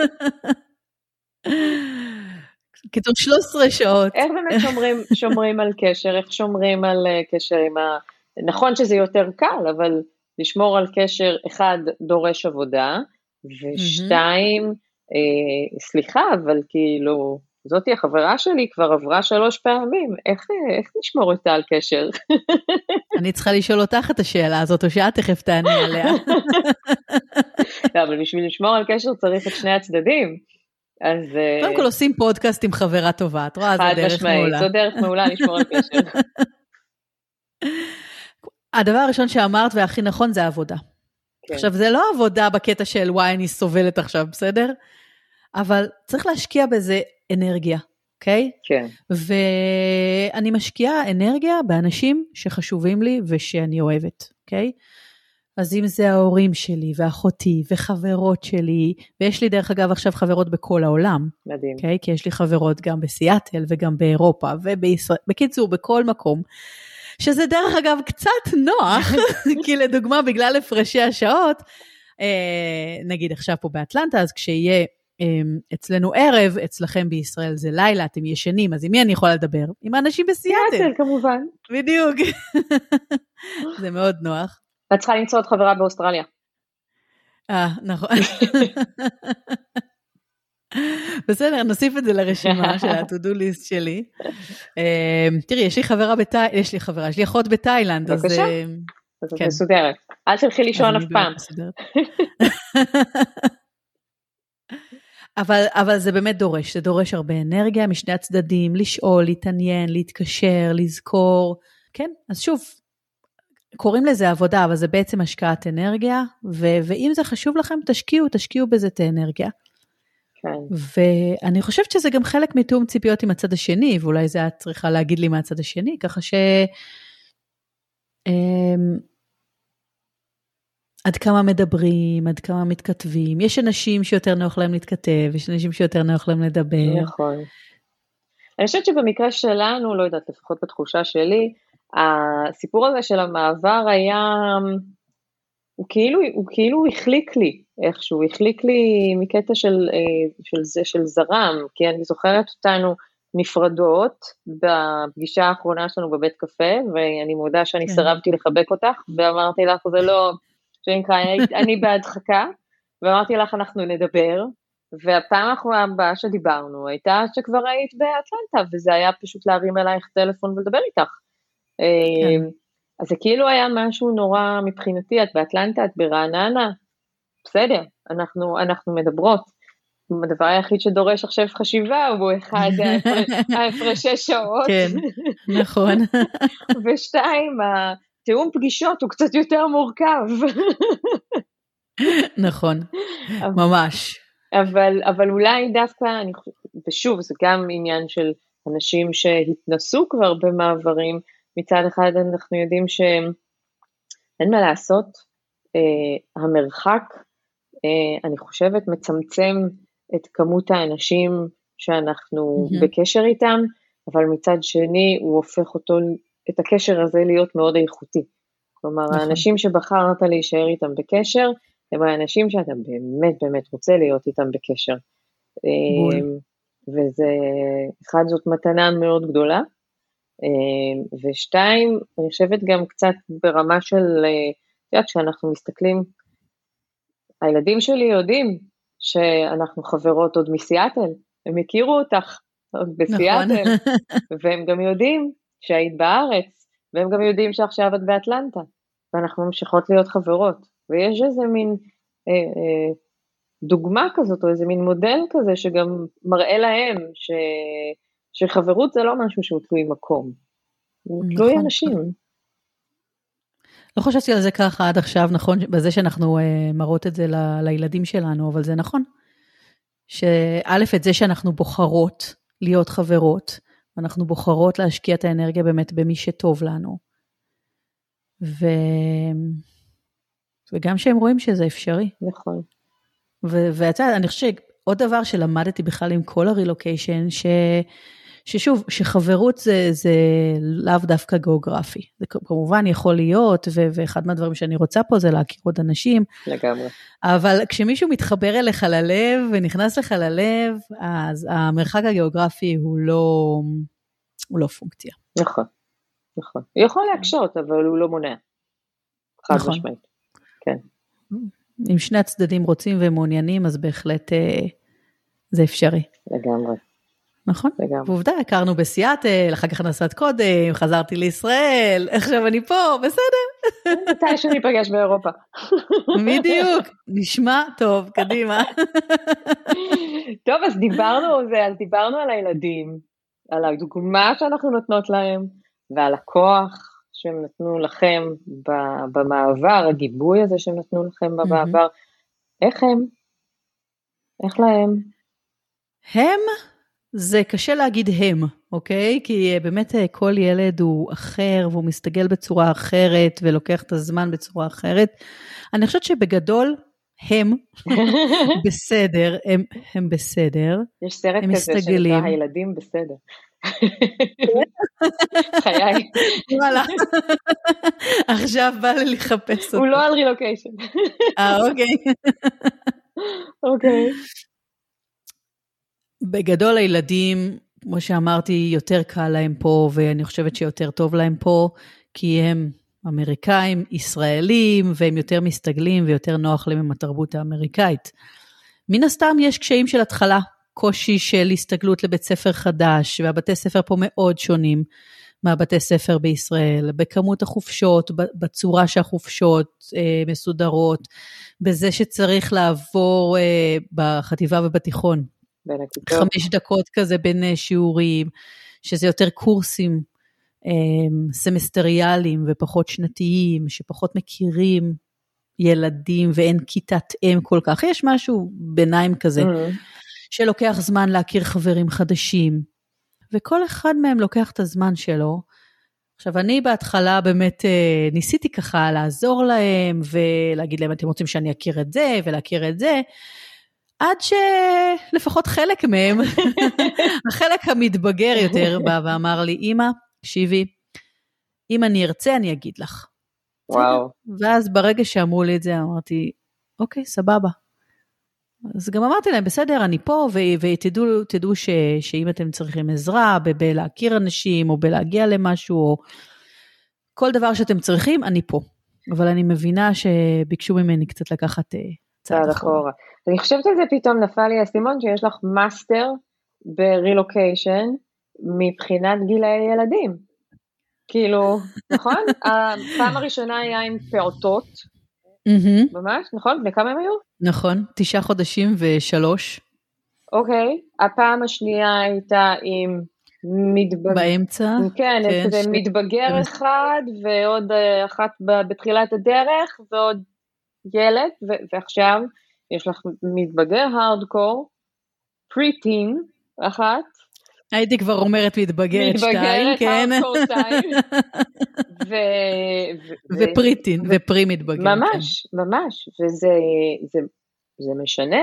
קיצור 13 שעות. איך באמת שומרים על קשר? איך שומרים על קשר עם נכון שזה יותר קל, אבל לשמור על קשר, אחד, דורש עבודה, ושתיים, סליחה, אבל כאילו, זאתי החברה שלי כבר עברה 3 פעמים, איך נשמור איתה על קשר? אני צריכה לשאול אותך את השאלה הזאת, או שאת תכף תעני עליה. לא, אבל בשביל לשמור על קשר צריך את שני הצדדים. אז קודם כל עושים פודקאסט עם חברה טובה, את רואה, זו דרך מעולה. זו דרך מעולה לשמור על קשר. הדבר הראשון שאמרת והכי נכון זה העבודה. עכשיו זה לא עבודה בקטע של וואי אני סובלת עכשיו, בסדר? אבל צריך להשקיע בזה אנרגיה, אוקיי? כן. ואני משקיעה אנרגיה באנשים שחשובים לי ושאני אוהבת, אוקיי? אז אם זה ההורים שלי ואחותי וחברות שלי, ויש לי דרך אגב עכשיו חברות בכל העולם. מדהים. אוקיי? כי יש לי חברות גם בסיאטל וגם באירופה ובישראל, בקיצור בכל מקום. שזה דרך אגב קצת נוח, כי לדוגמה בגלל הפרשי השעות, נגיד עכשיו פה באטלנטה, אז כשיהיה אצלנו ערב, אצלכם בישראל זה לילה, אתם ישנים, אז עם מי אני יכולה לדבר? עם האנשים בסיאטל. סיאטל כמובן. בדיוק. זה מאוד נוח. את צריכה למצוא עוד חברה באוסטרליה. נכון. בסדר, נוסיף את זה לרשימה של ה-to-do list שלי. תראי, יש לי אחות בתאילנד. בבקשה, אז את מסודרת. אל תלכי לישון אף פעם. אבל זה באמת דורש, זה דורש הרבה אנרגיה משני הצדדים, לשאול, להתעניין, להתקשר, לזכור. כן, אז שוב, קוראים לזה עבודה, אבל זה בעצם השקעת אנרגיה, ואם זה חשוב לכם, תשקיעו בזה את האנרגיה. כן. ואני חושבת שזה גם חלק מתאום ציפיות עם הצד השני, ואולי זה את צריכה להגיד לי מהצד השני, ככה עד כמה מדברים, עד כמה מתכתבים, יש אנשים שיותר נוח להם להתכתב, יש אנשים שיותר נוח להם לדבר. נכון. אני חושבת שבמקרה שלנו, לא יודעת, לפחות בתחושה שלי, הסיפור הזה של המעבר היה, הוא כאילו החליק לי, איכשהו, החליק לי מקטע של זרם, כי אני זוכרת אותנו נפרדות בפגישה האחרונה שלנו בבית קפה, ואני מודה שאני סרבתי לחבק אותך, ואמרתי לך, זה לא, שנקרא, אני בהדחקה, ואמרתי לך, אנחנו נדבר, והפעם האחרונה הבאה שדיברנו, הייתה שכבר היית באטלנטה, וזה היה פשוט להרים אלייך טלפון ולדבר איתך. אז זה כאילו היה משהו נורא מבחינתי, את באטלנטה, את ברעננה, בסדר, אנחנו מדברות. הדבר היחיד שדורש עכשיו חשיבה, הוא אחד ההפרשי שעות. כן, נכון. ושתיים, התיאום פגישות הוא קצת יותר מורכב. נכון, ממש. אבל אולי דווקא, ושוב, זה גם עניין של אנשים שהתנסו כבר במעברים, מצד אחד אנחנו יודעים שאין מה לעשות, המרחק, אני חושבת, מצמצם את כמות האנשים שאנחנו בקשר איתם, אבל מצד שני הוא הופך את הקשר הזה להיות מאוד איכותי. כלומר, האנשים שבחרת להישאר איתם בקשר, הם האנשים שאתה באמת באמת רוצה להיות איתם בקשר. וזה, אחד, זאת מתנה מאוד גדולה, ושתיים, אני חושבת גם קצת ברמה של, שאנחנו מסתכלים, הילדים שלי יודעים שאנחנו חברות עוד מסיאטל, הם הכירו אותך עוד בסיאטל, והם גם יודעים שהיית בארץ, והם גם יודעים שעכשיו את באטלנטה, ואנחנו ממשיכות להיות חברות, ויש איזה מין דוגמה כזאת, או איזה מין מודל כזה, שגם מראה להם שחברות זה לא משהו שהוא תלוי מקום, הוא תלוי אנשים. לא חשבתי על זה ככה עד עכשיו, נכון, בזה שאנחנו מראות את זה לילדים שלנו, אבל זה נכון, שא' את זה שאנחנו בוחרות להיות חברות, אנחנו בוחרות להשקיע את האנרגיה באמת במי שטוב לנו, וגם שהם רואים שזה אפשרי. נכון. ואני חושבת שעוד דבר שלמדתי בכלל עם כל הרילוקיישן, ששוב, שחברות זה לאו דווקא גיאוגרפי. זה כמובן יכול להיות, ואחד מהדברים שאני רוצה פה זה להכיר עוד אנשים. לגמרי. אבל כשמישהו מתחבר אליך ללב, ונכנס לך ללב, אז המרחק הגיאוגרפי הוא לא פונקציה. נכון, נכון. הוא יכול להקשות, אבל הוא לא מונע. חד משמעית. כן. אם שני הצדדים רוצים ומעוניינים, אז בהחלט זה אפשרי. לגמרי. נכון? ועובדה, הכרנו בסיאטל, אחר כך נסעת קודם, חזרתי לישראל, עכשיו אני פה, בסדר. מתי שניפגש באירופה. בדיוק, נשמע טוב, קדימה. טוב, אז דיברנו על הילדים, על הדוגמה שאנחנו נותנות להם, ועל הכוח שהם נתנו לכם במעבר, הגיבוי הזה שהם נתנו לכם במעבר. איך הם? איך להם? הם? זה קשה להגיד הם, אוקיי? כי באמת כל ילד הוא אחר, והוא מסתגל בצורה אחרת, ולוקח את הזמן בצורה אחרת. אני חושבת שבגדול, הם בסדר, הם בסדר. יש סרט כזה שנקרא הילדים בסדר. חיי. וואלה. עכשיו בא לי לחפש אותו. הוא לא על רילוקיישן. אוקיי. אוקיי. בגדול הילדים, כמו שאמרתי, יותר קל להם פה, ואני חושבת שיותר טוב להם פה, כי הם אמריקאים, ישראלים, והם יותר מסתגלים, ויותר נוח להם עם התרבות האמריקאית. מן הסתם יש קשיים של התחלה, קושי של הסתגלות לבית ספר חדש, והבתי ספר פה מאוד שונים מהבתי ספר בישראל, בכמות החופשות, בצורה שהחופשות מסודרות, בזה שצריך לעבור בחטיבה ובתיכון, 5 דקות כזה בין שיעורים, שזה יותר קורסים סמסטריאליים ופחות שנתיים, שפחות מכירים ילדים ואין כיתת אם כל כך, יש משהו ביניים כזה, שלוקח זמן להכיר חברים חדשים, וכל אחד מהם לוקח את הזמן שלו. עכשיו אני בהתחלה באמת ניסיתי ככה לעזור להם, ולהגיד להם אתם רוצים שאני אכיר את זה ולהכיר את זה, עד שלפחות חלק מהם, החלק המתבגר יותר, בא ואמר לי, אמא, תקשיבי, אם אני ארצה אני אגיד לך. וואו. ואז ברגע שאמרו לי את זה, אמרתי, אוקיי, סבבה. אז גם אמרתי להם, בסדר, אני פה, ותדעו שאם אתם צריכים עזרה, בלהכיר אנשים, או בלהגיע למשהו, או כל דבר שאתם צריכים, אני פה. אבל אני מבינה שביקשו ממני קצת לקחת צעד אחורה. אני חושבת על זה פתאום נפל לי הסימון, שיש לך מאסטר ברילוקיישן, מבחינת גילי ילדים. כאילו, נכון? הפעם הראשונה היה עם פעוטות, ממש, נכון? וכמה הם היו? נכון, 9 חודשים ו3. אוקיי, הפעם השנייה הייתה עם באמצע. כן, זה מתבגר אחד, ועוד אחת בתחילת הדרך, ועוד ילד, ועכשיו יש לך מתבגר הארדקור, פרי-טין, אחת. הייתי כבר אומרת מתבגרת 2, כן. מתבגרת הארדקור 2. ופרי-טין, ופרי מתבגר. ממש, ממש, וזה משנה.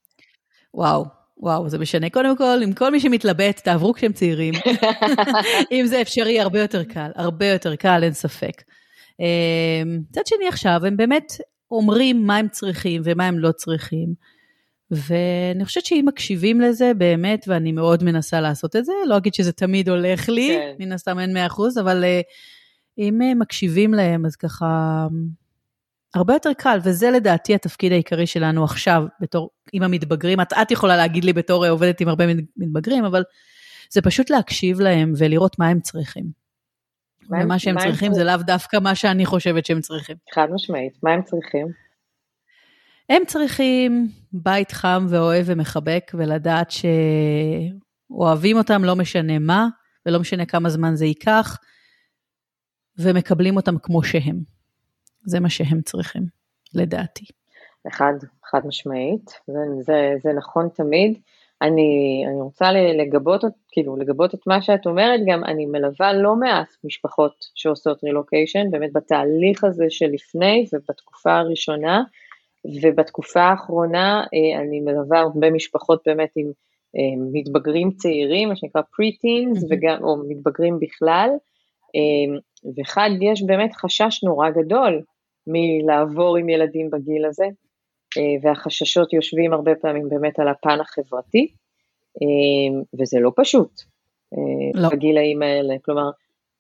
וואו, זה משנה. קודם כל, עם כל מי שמתלבט, תעברו כשהם צעירים. אם זה אפשרי, הרבה יותר קל, אין ספק. מצד שני עכשיו, הם באמת אומרים מה הם צריכים ומה הם לא צריכים, ואני חושבת שאם מקשיבים לזה באמת, ואני מאוד מנסה לעשות את זה, לא אגיד שזה תמיד הולך לי, כן. מן הסתם אין 100%, אבל אם מקשיבים להם, אז ככה הרבה יותר קל, וזה לדעתי התפקיד העיקרי שלנו עכשיו, בתור עם המתבגרים, את יכולה להגיד לי בתור עובדת עם הרבה מתבגרים, אבל זה פשוט להקשיב להם ולראות מה הם צריכים. ומה שהם צריכים זה לאו דווקא מה שאני חושבת שהם צריכים. חד משמעית, מה הם צריכים? הם צריכים בית חם ואוהב ומחבק, ולדעת שאוהבים אותם לא משנה מה, ולא משנה כמה זמן זה ייקח, ומקבלים אותם כמו שהם. זה מה שהם צריכים, לדעתי. חד משמעית, זה נכון תמיד. אני רוצה לגבות את מה שאת אומרת, גם אני מלווה לא מעט משפחות שעושות רילוקיישן, באמת בתהליך הזה שלפני ובתקופה הראשונה, ובתקופה האחרונה אני מלווה הרבה משפחות באמת עם מתבגרים צעירים, מה שנקרא pre-teens, או מתבגרים בכלל, ואחד יש באמת חשש נורא גדול מלעבור עם ילדים בגיל הזה, והחששות יושבים הרבה פעמים באמת על הפן החברתי, וזה לא פשוט בגילאים האלה, כלומר,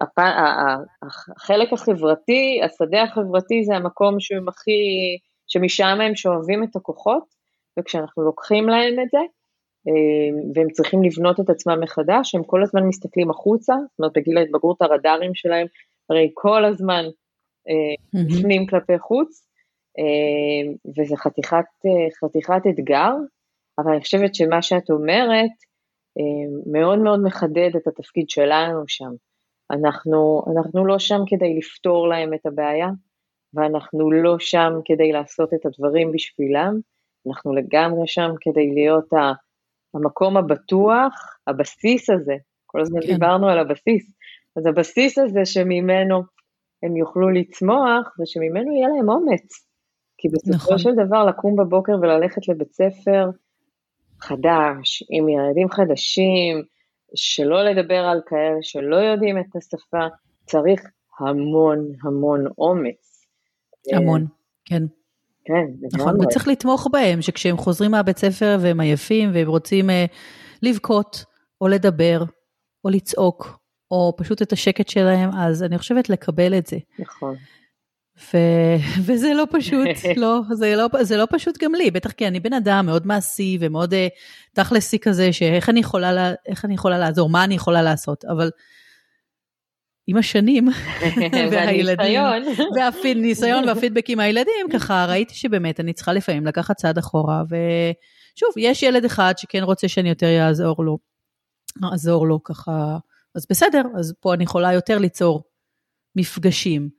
החלק החברתי, השדה החברתי זה המקום שמשם הם שואבים את הכוחות, וכשאנחנו לוקחים להם את זה, והם צריכים לבנות את עצמם מחדש, הם כל הזמן מסתכלים החוצה, זאת אומרת בגיל ההתבגרות הרדארים שלהם, הרי כל הזמן נפנים כלפי חוץ, וזה חתיכת אתגר, אבל אני חושבת שמה שאת אומרת, מאוד מאוד מחדד את התפקיד שלנו שם, אנחנו לא שם כדי לפתור להם את הבעיה, ואנחנו לא שם כדי לעשות את הדברים בשבילם, אנחנו לגמרי שם כדי להיות המקום הבטוח, הבסיס הזה, כל הזמן דיברנו על הבסיס, אז הבסיס הזה שממנו הם יוכלו לצמוח, ושממנו יהיה להם אומץ, כי בסופו של דבר לקום בבוקר וללכת לבית ספר חדש, עם ילדים חדשים, שלא לדבר על כאלה שלא יודעים את השפה, צריך המון אומץ. המון, כן. כן, נכון, וצריך לתמוך בהם, שכשהם חוזרים מהבית ספר והם עייפים, והם רוצים לבכות, או לדבר, או לצעוק, או פשוט את השקט שלהם, אז אני חושבת לקבל את זה. נכון. וזה לא פשוט, זה לא פשוט גם לי, בטח כי אני בן אדם מאוד מעשי, ומאוד תכלסי כזה, שאיך אני יכולה לעזור, מה אני יכולה לעשות, אבל עם השנים, והילדים, והניסיון והפידבקים מהילדים, ככה ראיתי שבאמת אני צריכה לפעמים לקחת צעד אחורה, ושוב, יש ילד אחד שכן רוצה שאני יותר אעזור לו ככה, אז בסדר, אז פה אני יכולה יותר ליצור מפגשים.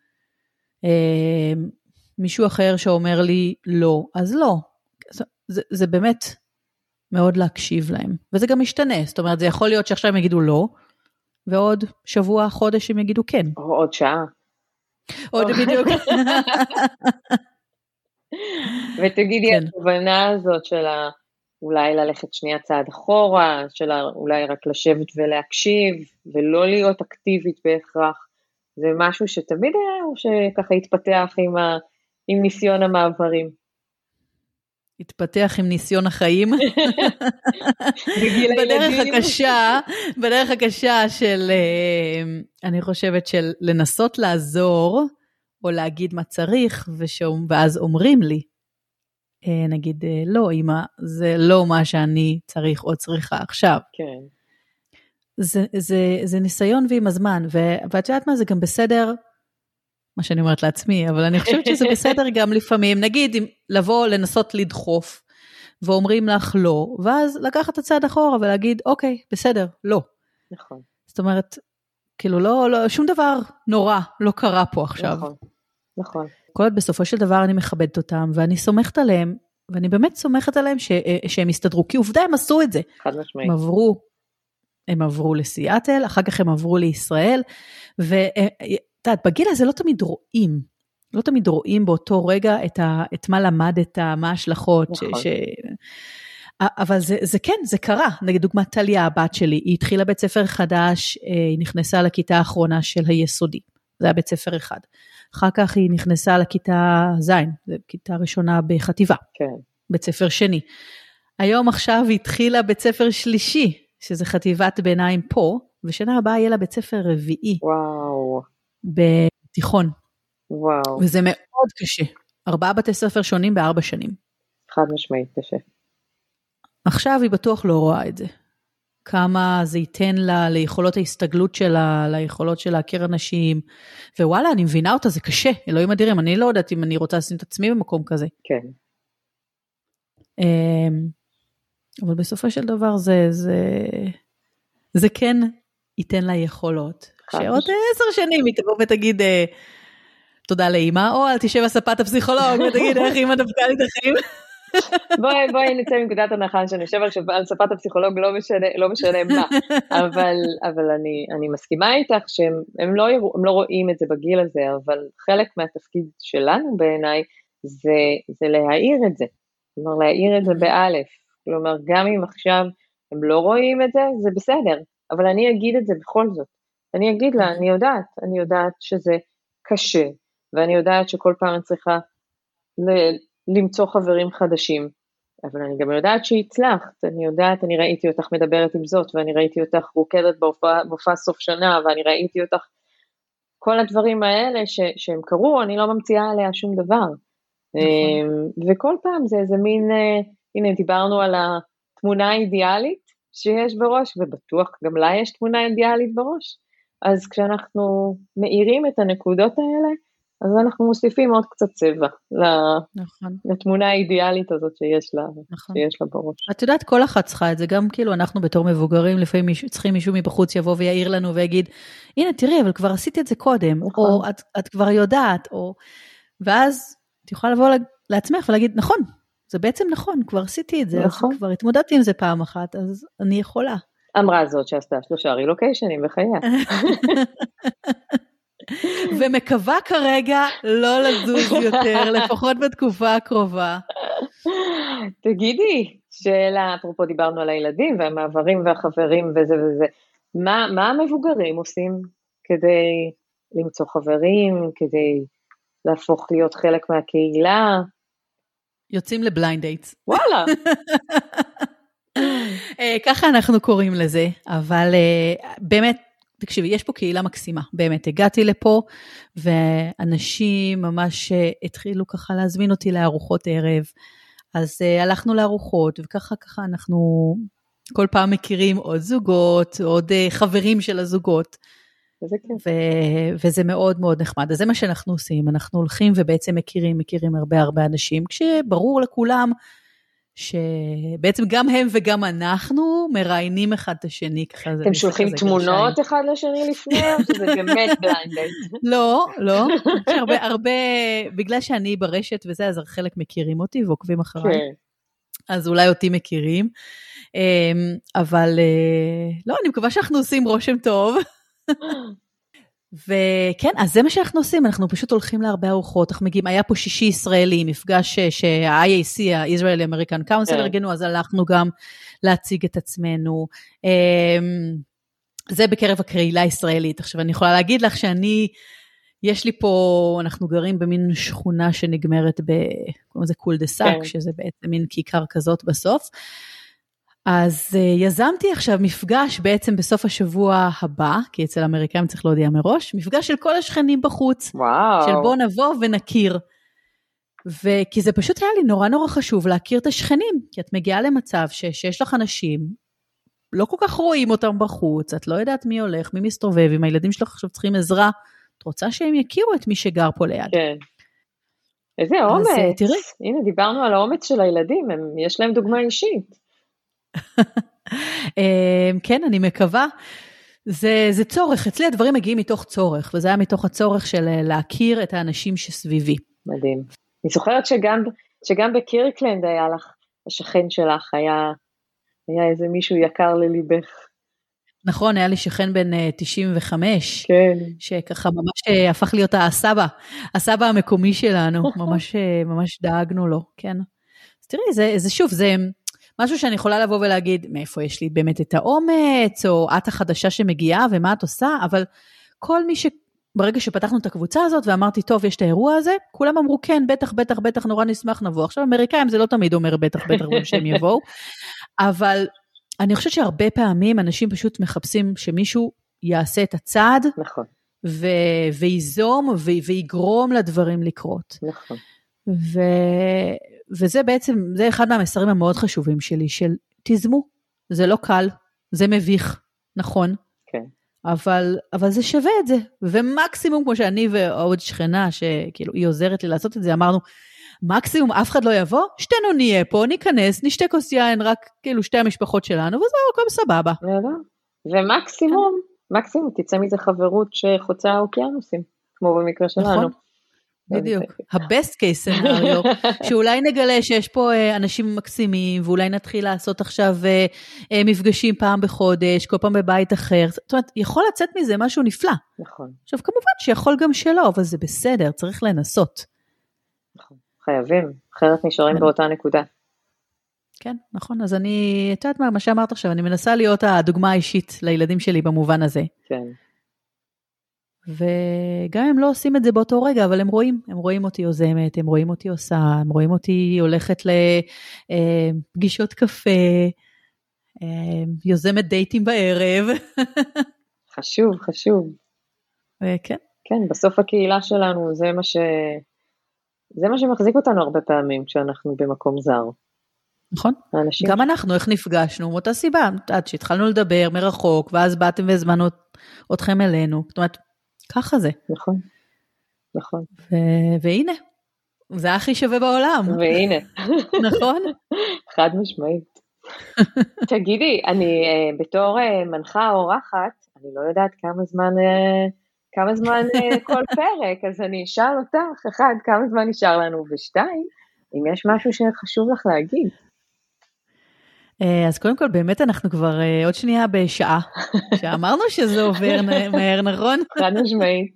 מישהו אחר שאומר לי לא, אז לא. זה באמת מאוד להקשיב להם, וזה גם משתנה, זאת אומרת, זה יכול להיות שעכשיו הם יגידו לא, ועוד שבוע, חודש הם יגידו כן. או עוד שעה. עוד בדיוק. ותגידי, התובנה הזאת של אולי ללכת שנייה צעד אחורה, של אולי רק לשבת ולהקשיב, ולא להיות אקטיבית בהכרח, זה משהו שתמיד היה, או שככה התפתח עם ניסיון המעברים? התפתח עם ניסיון החיים. בדרך הקשה של, אני חושבת של לנסות לעזור, או להגיד מה צריך, ואז אומרים לי, נגיד, לא, אמא, זה לא מה שאני צריך או צריכה עכשיו. כן. זה ניסיון ועם הזמן, ואת יודעת מה, זה גם בסדר, מה שאני אומרת לעצמי, אבל אני חושבת שזה בסדר גם לפעמים, נגיד, לבוא, לנסות לדחוף, ואומרים לך לא, ואז לקחת את הצעד אחורה, ולהגיד, אוקיי, בסדר, לא. נכון. זאת אומרת, כאילו, לא, שום דבר נורא לא קרה פה עכשיו. נכון. נכון. כל עוד בסופו של דבר אני מכבדת אותם, ואני סומכת עליהם, ואני באמת סומכת עליהם שהם יסתדרו, כי עובדה הם עשו את זה. חד משמעית. הם עברו לסיאטל, אחר כך הם עברו לישראל, ואת בגיל הזה לא תמיד רואים באותו רגע את מה למדת, מה ההשלכות, נכון. אבל זה כן, זה קרה. נגיד דוגמת טליה, הבת שלי, היא התחילה בית ספר חדש, היא נכנסה לכיתה האחרונה של היסודי, זה היה בית ספר אחד. אחר כך היא נכנסה לכיתה ז', זה כיתה ראשונה בחטיבה, כן. בית ספר שני. היום עכשיו היא התחילה בית ספר שלישי, שזה חטיבת ביניים פה, ושנה הבאה יהיה לה בית ספר רביעי. וואו. בתיכון. וואו. וזה מאוד קשה. 4 בתי ספר שונים ב4 שנים. חד משמעית קשה. עכשיו היא בטוח לא רואה את זה. כמה זה ייתן לה, ליכולות ההסתגלות שלה, ליכולות שלה להכיר אנשים, ווואלה, אני מבינה אותה, זה קשה, אלוהים אדירים, אני לא יודעת אם אני רוצה לשים את עצמי במקום כזה. כן. אבל בסופו של דבר זה כן ייתן לה יכולות. שעוד 10 שנים היא תבוא ותגיד, תודה לאמא, או אל תשב על ספת הפסיכולוג, ותגיד איך אמא דווקא לי את החיים. בואי נצא מנקודת הנחה שנשב על ספת הפסיכולוג, לא משנה מה, אבל אני מסכימה איתך שהם לא רואים את זה בגיל הזה, אבל חלק מהתפקיד שלנו בעיניי זה להעיר את זה, כלומר להעיר את זה באלף, כלומר גם אם עכשיו הם לא רואים את זה, זה בסדר, אבל אני אגיד את זה בכל זאת, אני אגיד לה, אני יודעת שזה קשה, ואני יודעת שכל פעם אני צריכה למצוא חברים חדשים, אבל אני גם יודעת שהצלחת, אני ראיתי אותך מדברת עם זאת, ואני ראיתי אותך רוקדת בהופעה סוף שנה, ואני ראיתי אותך, כל הדברים האלה שהם קרו, אני לא ממציאה עליה שום דבר, נכון. וכל פעם זה איזה מין, הנה דיברנו על התמונה האידיאלית שיש בראש, ובטוח גם לה יש תמונה אידיאלית בראש, אז כשאנחנו מאירים את הנקודות האלה, אז אנחנו מוסיפים עוד קצת צבע נכון. לתמונה האידיאלית הזאת שיש לה בראש. את יודעת, כל אחת צריכה את זה, גם כאילו אנחנו בתור מבוגרים, לפעמים צריכים מישהו מבחוץ יבוא ויעיר לנו ויגיד, הנה תראי, אבל כבר עשיתי את זה קודם, נכון. או את כבר יודעת, ואז את יכולה לבוא לעצמך ולהגיד, נכון, זה בעצם נכון, כבר עשיתי את זה, נכון. אז כבר התמודדתי עם זה פעם אחת, אז אני יכולה. אמרה זאת שעשתה 3 רילוקיישנים בחייה. ומקווה כרגע לא לזוז יותר, לפחות בתקופה הקרובה. תגידי, שאלה, אפרופו דיברנו על הילדים והמעברים והחברים וזה וזה, מה המבוגרים עושים כדי למצוא חברים, כדי להפוך להיות חלק מהקהילה? יוצאים לבליינד דייטס. וואלה. ככה אנחנו קוראים לזה, אבל באמת, תקשיבי, יש פה קהילה מקסימה, באמת, הגעתי לפה, ואנשים ממש התחילו ככה להזמין אותי לארוחות ערב, אז הלכנו לארוחות, וככה אנחנו כל פעם מכירים עוד זוגות, עוד חברים של הזוגות, וזה מאוד מאוד נחמד, אז זה מה שאנחנו עושים, אנחנו הולכים ובעצם מכירים הרבה אנשים, כשברור לכולם, שבעצם גם הם וגם אנחנו מראיינים אחד את השני. אתם שולחים תמונות אחד לשני לפני, או שזה באמת בליינד דייט? לא, הרבה, בגלל שאני ברשת וזה, אז חלק מכירים אותי ועוקבים אחריי, אז אולי אותי מכירים, אבל לא, אני מקווה שאנחנו עושים רושם טוב, וכן, אז זה מה שאנחנו עושים, אנחנו פשוט הולכים להרבה ארוחות, אנחנו מגיעים, היה פה 6 ישראלים, מפגש שה-IAC, ה-Israeli American Council, ארגנו, אז הלכנו גם להציג את עצמנו, זה בקרב הקהילה הישראלית, עכשיו אני יכולה להגיד לך יש לי פה, אנחנו גרים במין שכונה שנגמרת קוראים לזה קול דה סאק, שזה בעצם מין כיכר כזאת בסוף, אז יזמתי עכשיו מפגש בעצם בסוף השבוע הבא, כי אצל האמריקאים צריך להודיע מראש, מפגש של כל השכנים בחוץ, וואו. של בוא נבוא ונכיר, כי זה פשוט היה לי נורא חשוב להכיר את השכנים, כי את מגיעה למצב שיש לך אנשים, לא כל כך רואים אותם בחוץ, את לא יודעת מי הולך, מי מסתובב, אם הילדים שלך עכשיו צריכים עזרה, את רוצה שהם יכירו את מי שגר פה ליד. כן. איזה אומץ, הנה דיברנו על האומץ של הילדים, יש להם דוגמה אישית. כן, אני מקווה, זה צורך, אצלי הדברים מגיעים מתוך צורך, וזה היה מתוך הצורך של להכיר את האנשים שסביבי. מדהים. אני זוכרת שגם בקירקלנד היה לך, השכן שלך היה איזה מישהו יקר לליבך. נכון, היה לי שכן בן 95, כן. שככה ממש הפך להיות הסבא המקומי שלנו, ממש דאגנו לו, כן. אז תראי, זה שוב, זה משהו שאני יכולה לבוא ולהגיד, מאיפה יש לי באמת את האומץ, או את החדשה שמגיעה, ומה את עושה, אבל כל מי ברגע שפתחנו את הקבוצה הזאת, ואמרתי, טוב, יש את האירוע הזה, כולם אמרו, כן, בטח, נורא נשמח נבוא. עכשיו, אמריקאים זה לא תמיד אומר בטח, שהם יבואו, אבל אני חושבת שהרבה פעמים אנשים פשוט מחפשים שמישהו יעשה את הצעד, נכון. ויזום, ויגרום לדברים לקרות. נכון. וזה בעצם, זה אחד מהמסרים המאוד חשובים שלי, של תזמו, זה לא קל, זה מביך, נכון? כן. אבל זה שווה את זה, ומקסימום, כמו שאני ועוד שכנה, שכאילו היא עוזרת לי לעשות את זה, אמרנו, מקסימום אף אחד לא יבוא, שתינו נהיה פה, ניכנס, נשתה כוס יין, רק כאילו שתי המשפחות שלנו, וזהו, הכל סבבה. ומקסימום, תצא מזה חברות שחוצה האוקיינוסים, כמו במקרה שלנו. נכון, בדיוק. ה-best case scenario, שאולי נגלה שיש פה אנשים מקסימים, ואולי נתחיל לעשות עכשיו מפגשים פעם בחודש, כל פעם בבית אחר, זאת אומרת, יכול לצאת מזה משהו נפלא. נכון. עכשיו, כמובן שיכול גם שלא, אבל זה בסדר, צריך לנסות. נכון. חייבים, אחרת נשארים באותה נקודה. כן, נכון, אז אני, את יודעת מה שאמרת עכשיו, אני מנסה להיות הדוגמה האישית לילדים שלי במובן הזה. כן. וגם הם לא עושים את זה באותו רגע, אבל הם רואים אותי יוזמת, הם רואים אותי עושה, הם רואים אותי הולכת לפגישות קפה, יוזמת דייטים בערב. חשוב. כן. כן, בסוף הקהילה שלנו, זה מה שמחזיק אותנו הרבה פעמים, כשאנחנו במקום זר. נכון. גם אנחנו, איך נפגשנו, מאותה סיבה, עד שהתחלנו לדבר מרחוק, ואז באתם והזמנו אתכם אלינו, זאת אומרת, ככה זה. נכון. והנה, זה הכי שווה בעולם. והנה. נכון? חד משמעית. תגידי, אני בתור מנחה אורחת, אני לא יודעת כמה זמן כל פרק, אז אני אשאל אותך, אחד, כמה זמן נשאר לנו, ושתיים, אם יש משהו שחשוב לך להגיד. אז קודם כל, באמת אנחנו כבר עוד שנייה בשעה, שאמרנו שזה עובר מהר, נכון? חד משמעית.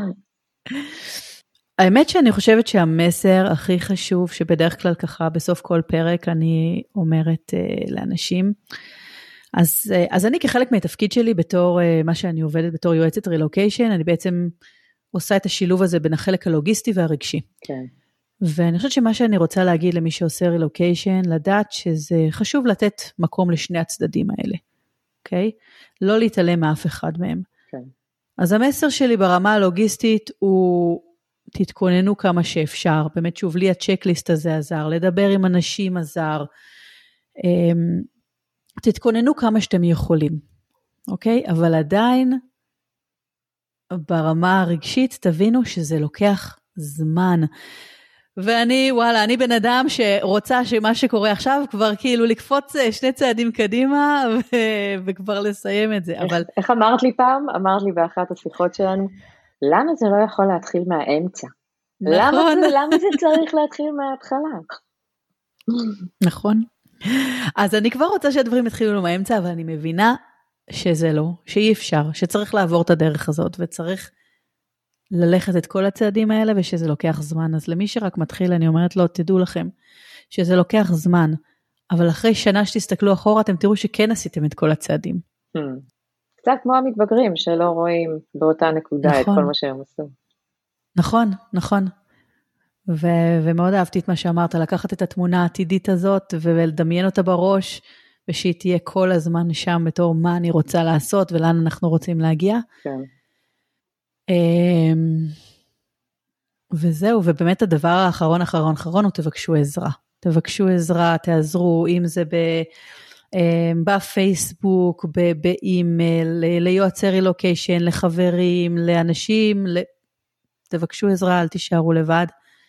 האמת שאני חושבת שהמסר הכי חשוב, שבדרך כלל ככה בסוף כל פרק אני אומרת לאנשים, אז אני כחלק מהתפקיד שלי בתור מה שאני עובדת בתור יועצת רילוקיישן, אני בעצם עושה את השילוב הזה בין החלק הלוגיסטי והרגשי. כן. ואני חושבת שמה שאני רוצה להגיד למי שעושה רילוקיישן, לדעת שזה חשוב לתת מקום לשני הצדדים האלה, אוקיי? לא להתעלם מאף אחד מהם. כן. אז המסר שלי ברמה הלוגיסטית הוא, תתכוננו כמה שאפשר, באמת שוב לי הצ'קליסט הזה עזר, לדבר עם אנשים עזר, תתכוננו כמה שאתם יכולים, אוקיי? אבל עדיין, ברמה הרגשית, תבינו שזה לוקח זמן, ואני, וואלה, אני בן אדם שרוצה שמה שקורה עכשיו, כבר כאילו לקפוץ שני צעדים קדימה, וכבר לסיים את זה, אבל... איך אמרת לי פעם? אמרת לי באחת השיחות שלנו, למה זה לא יכול להתחיל מהאמצע? נכון. למה זה צריך להתחיל מההתחלה? נכון. אז אני כבר רוצה שהדברים יתחילו מהאמצע, אבל אני מבינה שזה לא, שאי אפשר, שצריך לעבור את הדרך הזאת, וצריך ללכת את כל הצעדים האלה, ושזה לוקח זמן. אז למי שרק מתחיל, אני אומרת לו, תדעו לכם, שזה לוקח זמן, אבל אחרי שנה שתסתכלו אחורה, אתם תראו שכן עשיתם את כל הצעדים. קצת כמו המתבגרים, שלא רואים באותה נקודה את כל מה שהם עושים. נכון. ומאוד אהבתי את מה שאמרת, לקחת את התמונה העתידית הזאת, ולדמיין אותה בראש, ושהיא תהיה כל הזמן שם, בתור מה אני רוצה לעשות, ולאן אנחנו רוצים להגיע. כן. וזהו, ובאמת הדבר האחרון הוא תבקשו עזרה, תעזרו, אם זה בפייסבוק, באימייל, ליועצי רילוקיישן, לחברים, לאנשים, תבקשו עזרה, אל תישארו לבד.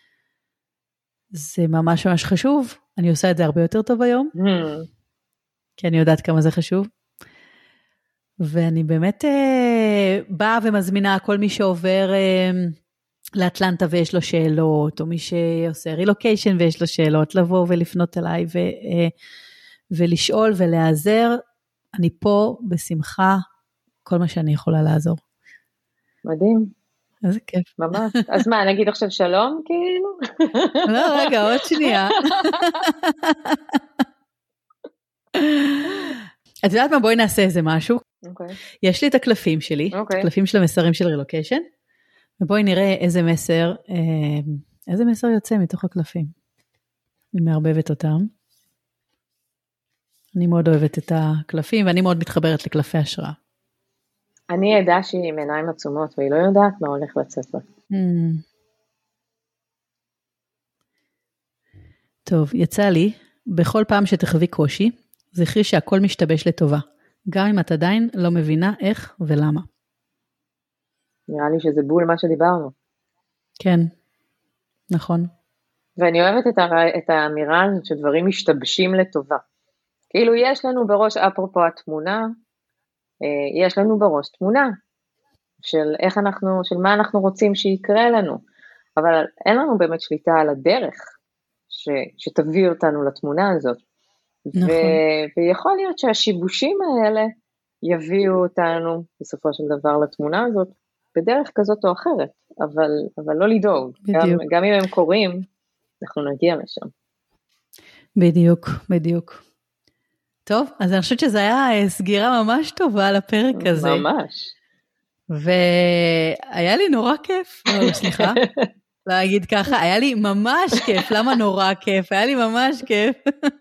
זה ממש ממש חשוב, אני עושה את זה הרבה יותר טוב היום, כי אני יודעת כמה זה חשוב. ואני באמת באה ומזמינה כל מי שעובר לאטלנטה ויש לו שאלות, או מי שעושה רילוקיישן ויש לו שאלות, לבוא ולפנות אליי ולשאול ולעזר. אני פה בשמחה, כל מה שאני יכולה לעזור. מדהים. איזה כיף. ממש. אז מה, נגיד עכשיו שלום, כאילו? לא, רגע, עוד שנייה. את יודעת מה, בואי נעשה איזה משהו. יש לי את הקלפים שלי, את הקלפים של המסרים של רילוקיישן, ובואי נראה איזה מסר יוצא מתוך הקלפים. אני מערבבת אותם. אני מאוד אוהבת את הקלפים, ואני מאוד מתחברת לקלפי השראה. אני ידעה שהיא עם עיניים עצומות, והיא לא יודעת מה הולך לצאת לה. טוב, יצא לי, בכל פעם שתחווי קושי, זכרי שהכל משתבש לטובה, גם אם את עדיין לא מבינה איך ולמה. נראה לי שזה בול מה שדיברנו. כן, נכון. ואני אוהבת את האמירה הזאת שדברים משתבשים לטובה. כאילו יש לנו בראש, אפרופו התמונה, יש לנו בראש תמונה של איך של מה אנחנו רוצים שיקרה לנו, אבל אין לנו באמת שליטה על הדרך שתביא אותנו לתמונה הזאת. נכון. ויכול להיות שהשיבושים האלה יביאו אותנו בסופו של דבר לתמונה הזאת, בדרך כזאת או אחרת, אבל לא לדאוג. גם אם הם קוראים, אנחנו נגיע לשם. בדיוק, בדיוק. טוב, אז אני חושבת שזה היה סגירה ממש טובה לפרק הזה. ממש. והיה לי נורא כיף, לא, סליחה, להגיד ככה, היה לי ממש כיף, למה נורא כיף? היה לי ממש כיף.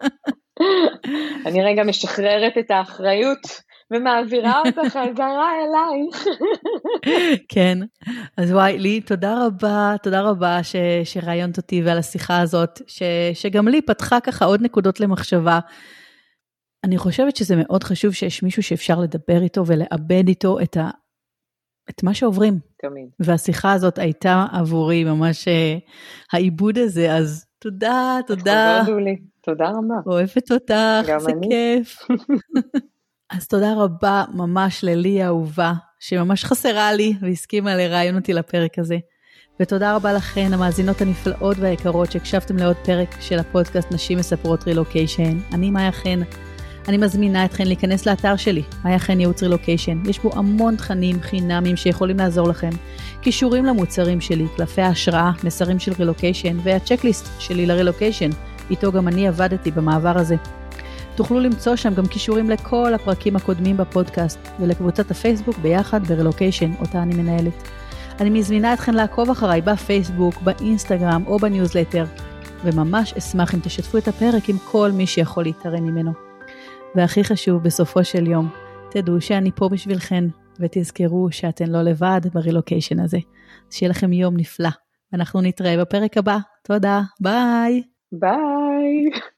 אני רגע משחררת את האחריות, ומעבירה אותך חזרה אלייך. כן, אז וואי, לי תודה רבה שראיינת אותי ועל השיחה הזאת, שגם לי פתחה ככה עוד נקודות למחשבה. אני חושבת שזה מאוד חשוב שיש מישהו שאפשר לדבר איתו ולאבד איתו את מה שעוברים. תמיד. והשיחה הזאת הייתה עבורי ממש העיבוד הזה, אז תודה. תודה רבה. אוהבת אותך, גם זה אני. כיף. אז תודה רבה ממש ללי האהובה, שממש חסרה לי והסכימה לראיין אותי לפרק הזה. ותודה רבה לכן, המאזינות הנפלאות והיקרות, שהקשבתם לעוד פרק של הפודקאסט נשים מספרות רילוקיישן. אני מאיה חן. אני מזמינה אתכן להיכנס לאתר שלי, מאיה חן ייעוץ רילוקיישן. יש בו המון תכנים חינמים שיכולים לעזור לכם. קישורים למוצרים שלי, קלפי ההשראה, מסרים של רילוקיישן, והצ'קליסט שלי לרילוקיישן. איתו גם אני עבדתי במעבר הזה. תוכלו למצוא שם גם קישורים לכל הפרקים הקודמים בפודקאסט, ולקבוצת הפייסבוק ביחד ברילוקיישן, אותה אני מנהלת. אני מזמינה אתכן לעקוב אחריי בפייסבוק, באינסטגרם או בניוזלטר, וממש אשמח אם תשתפו את הפרק עם כל מי שיכול להתערם ממנו. והכי חשוב, בסופו של יום, תדעו שאני פה בשבילכן, ותזכרו שאתן לא לבד ברילוקיישן הזה. שיהיה לכם יום נפלא. אנחנו נתראה בפרק הבא. תודה, ביי. ביי.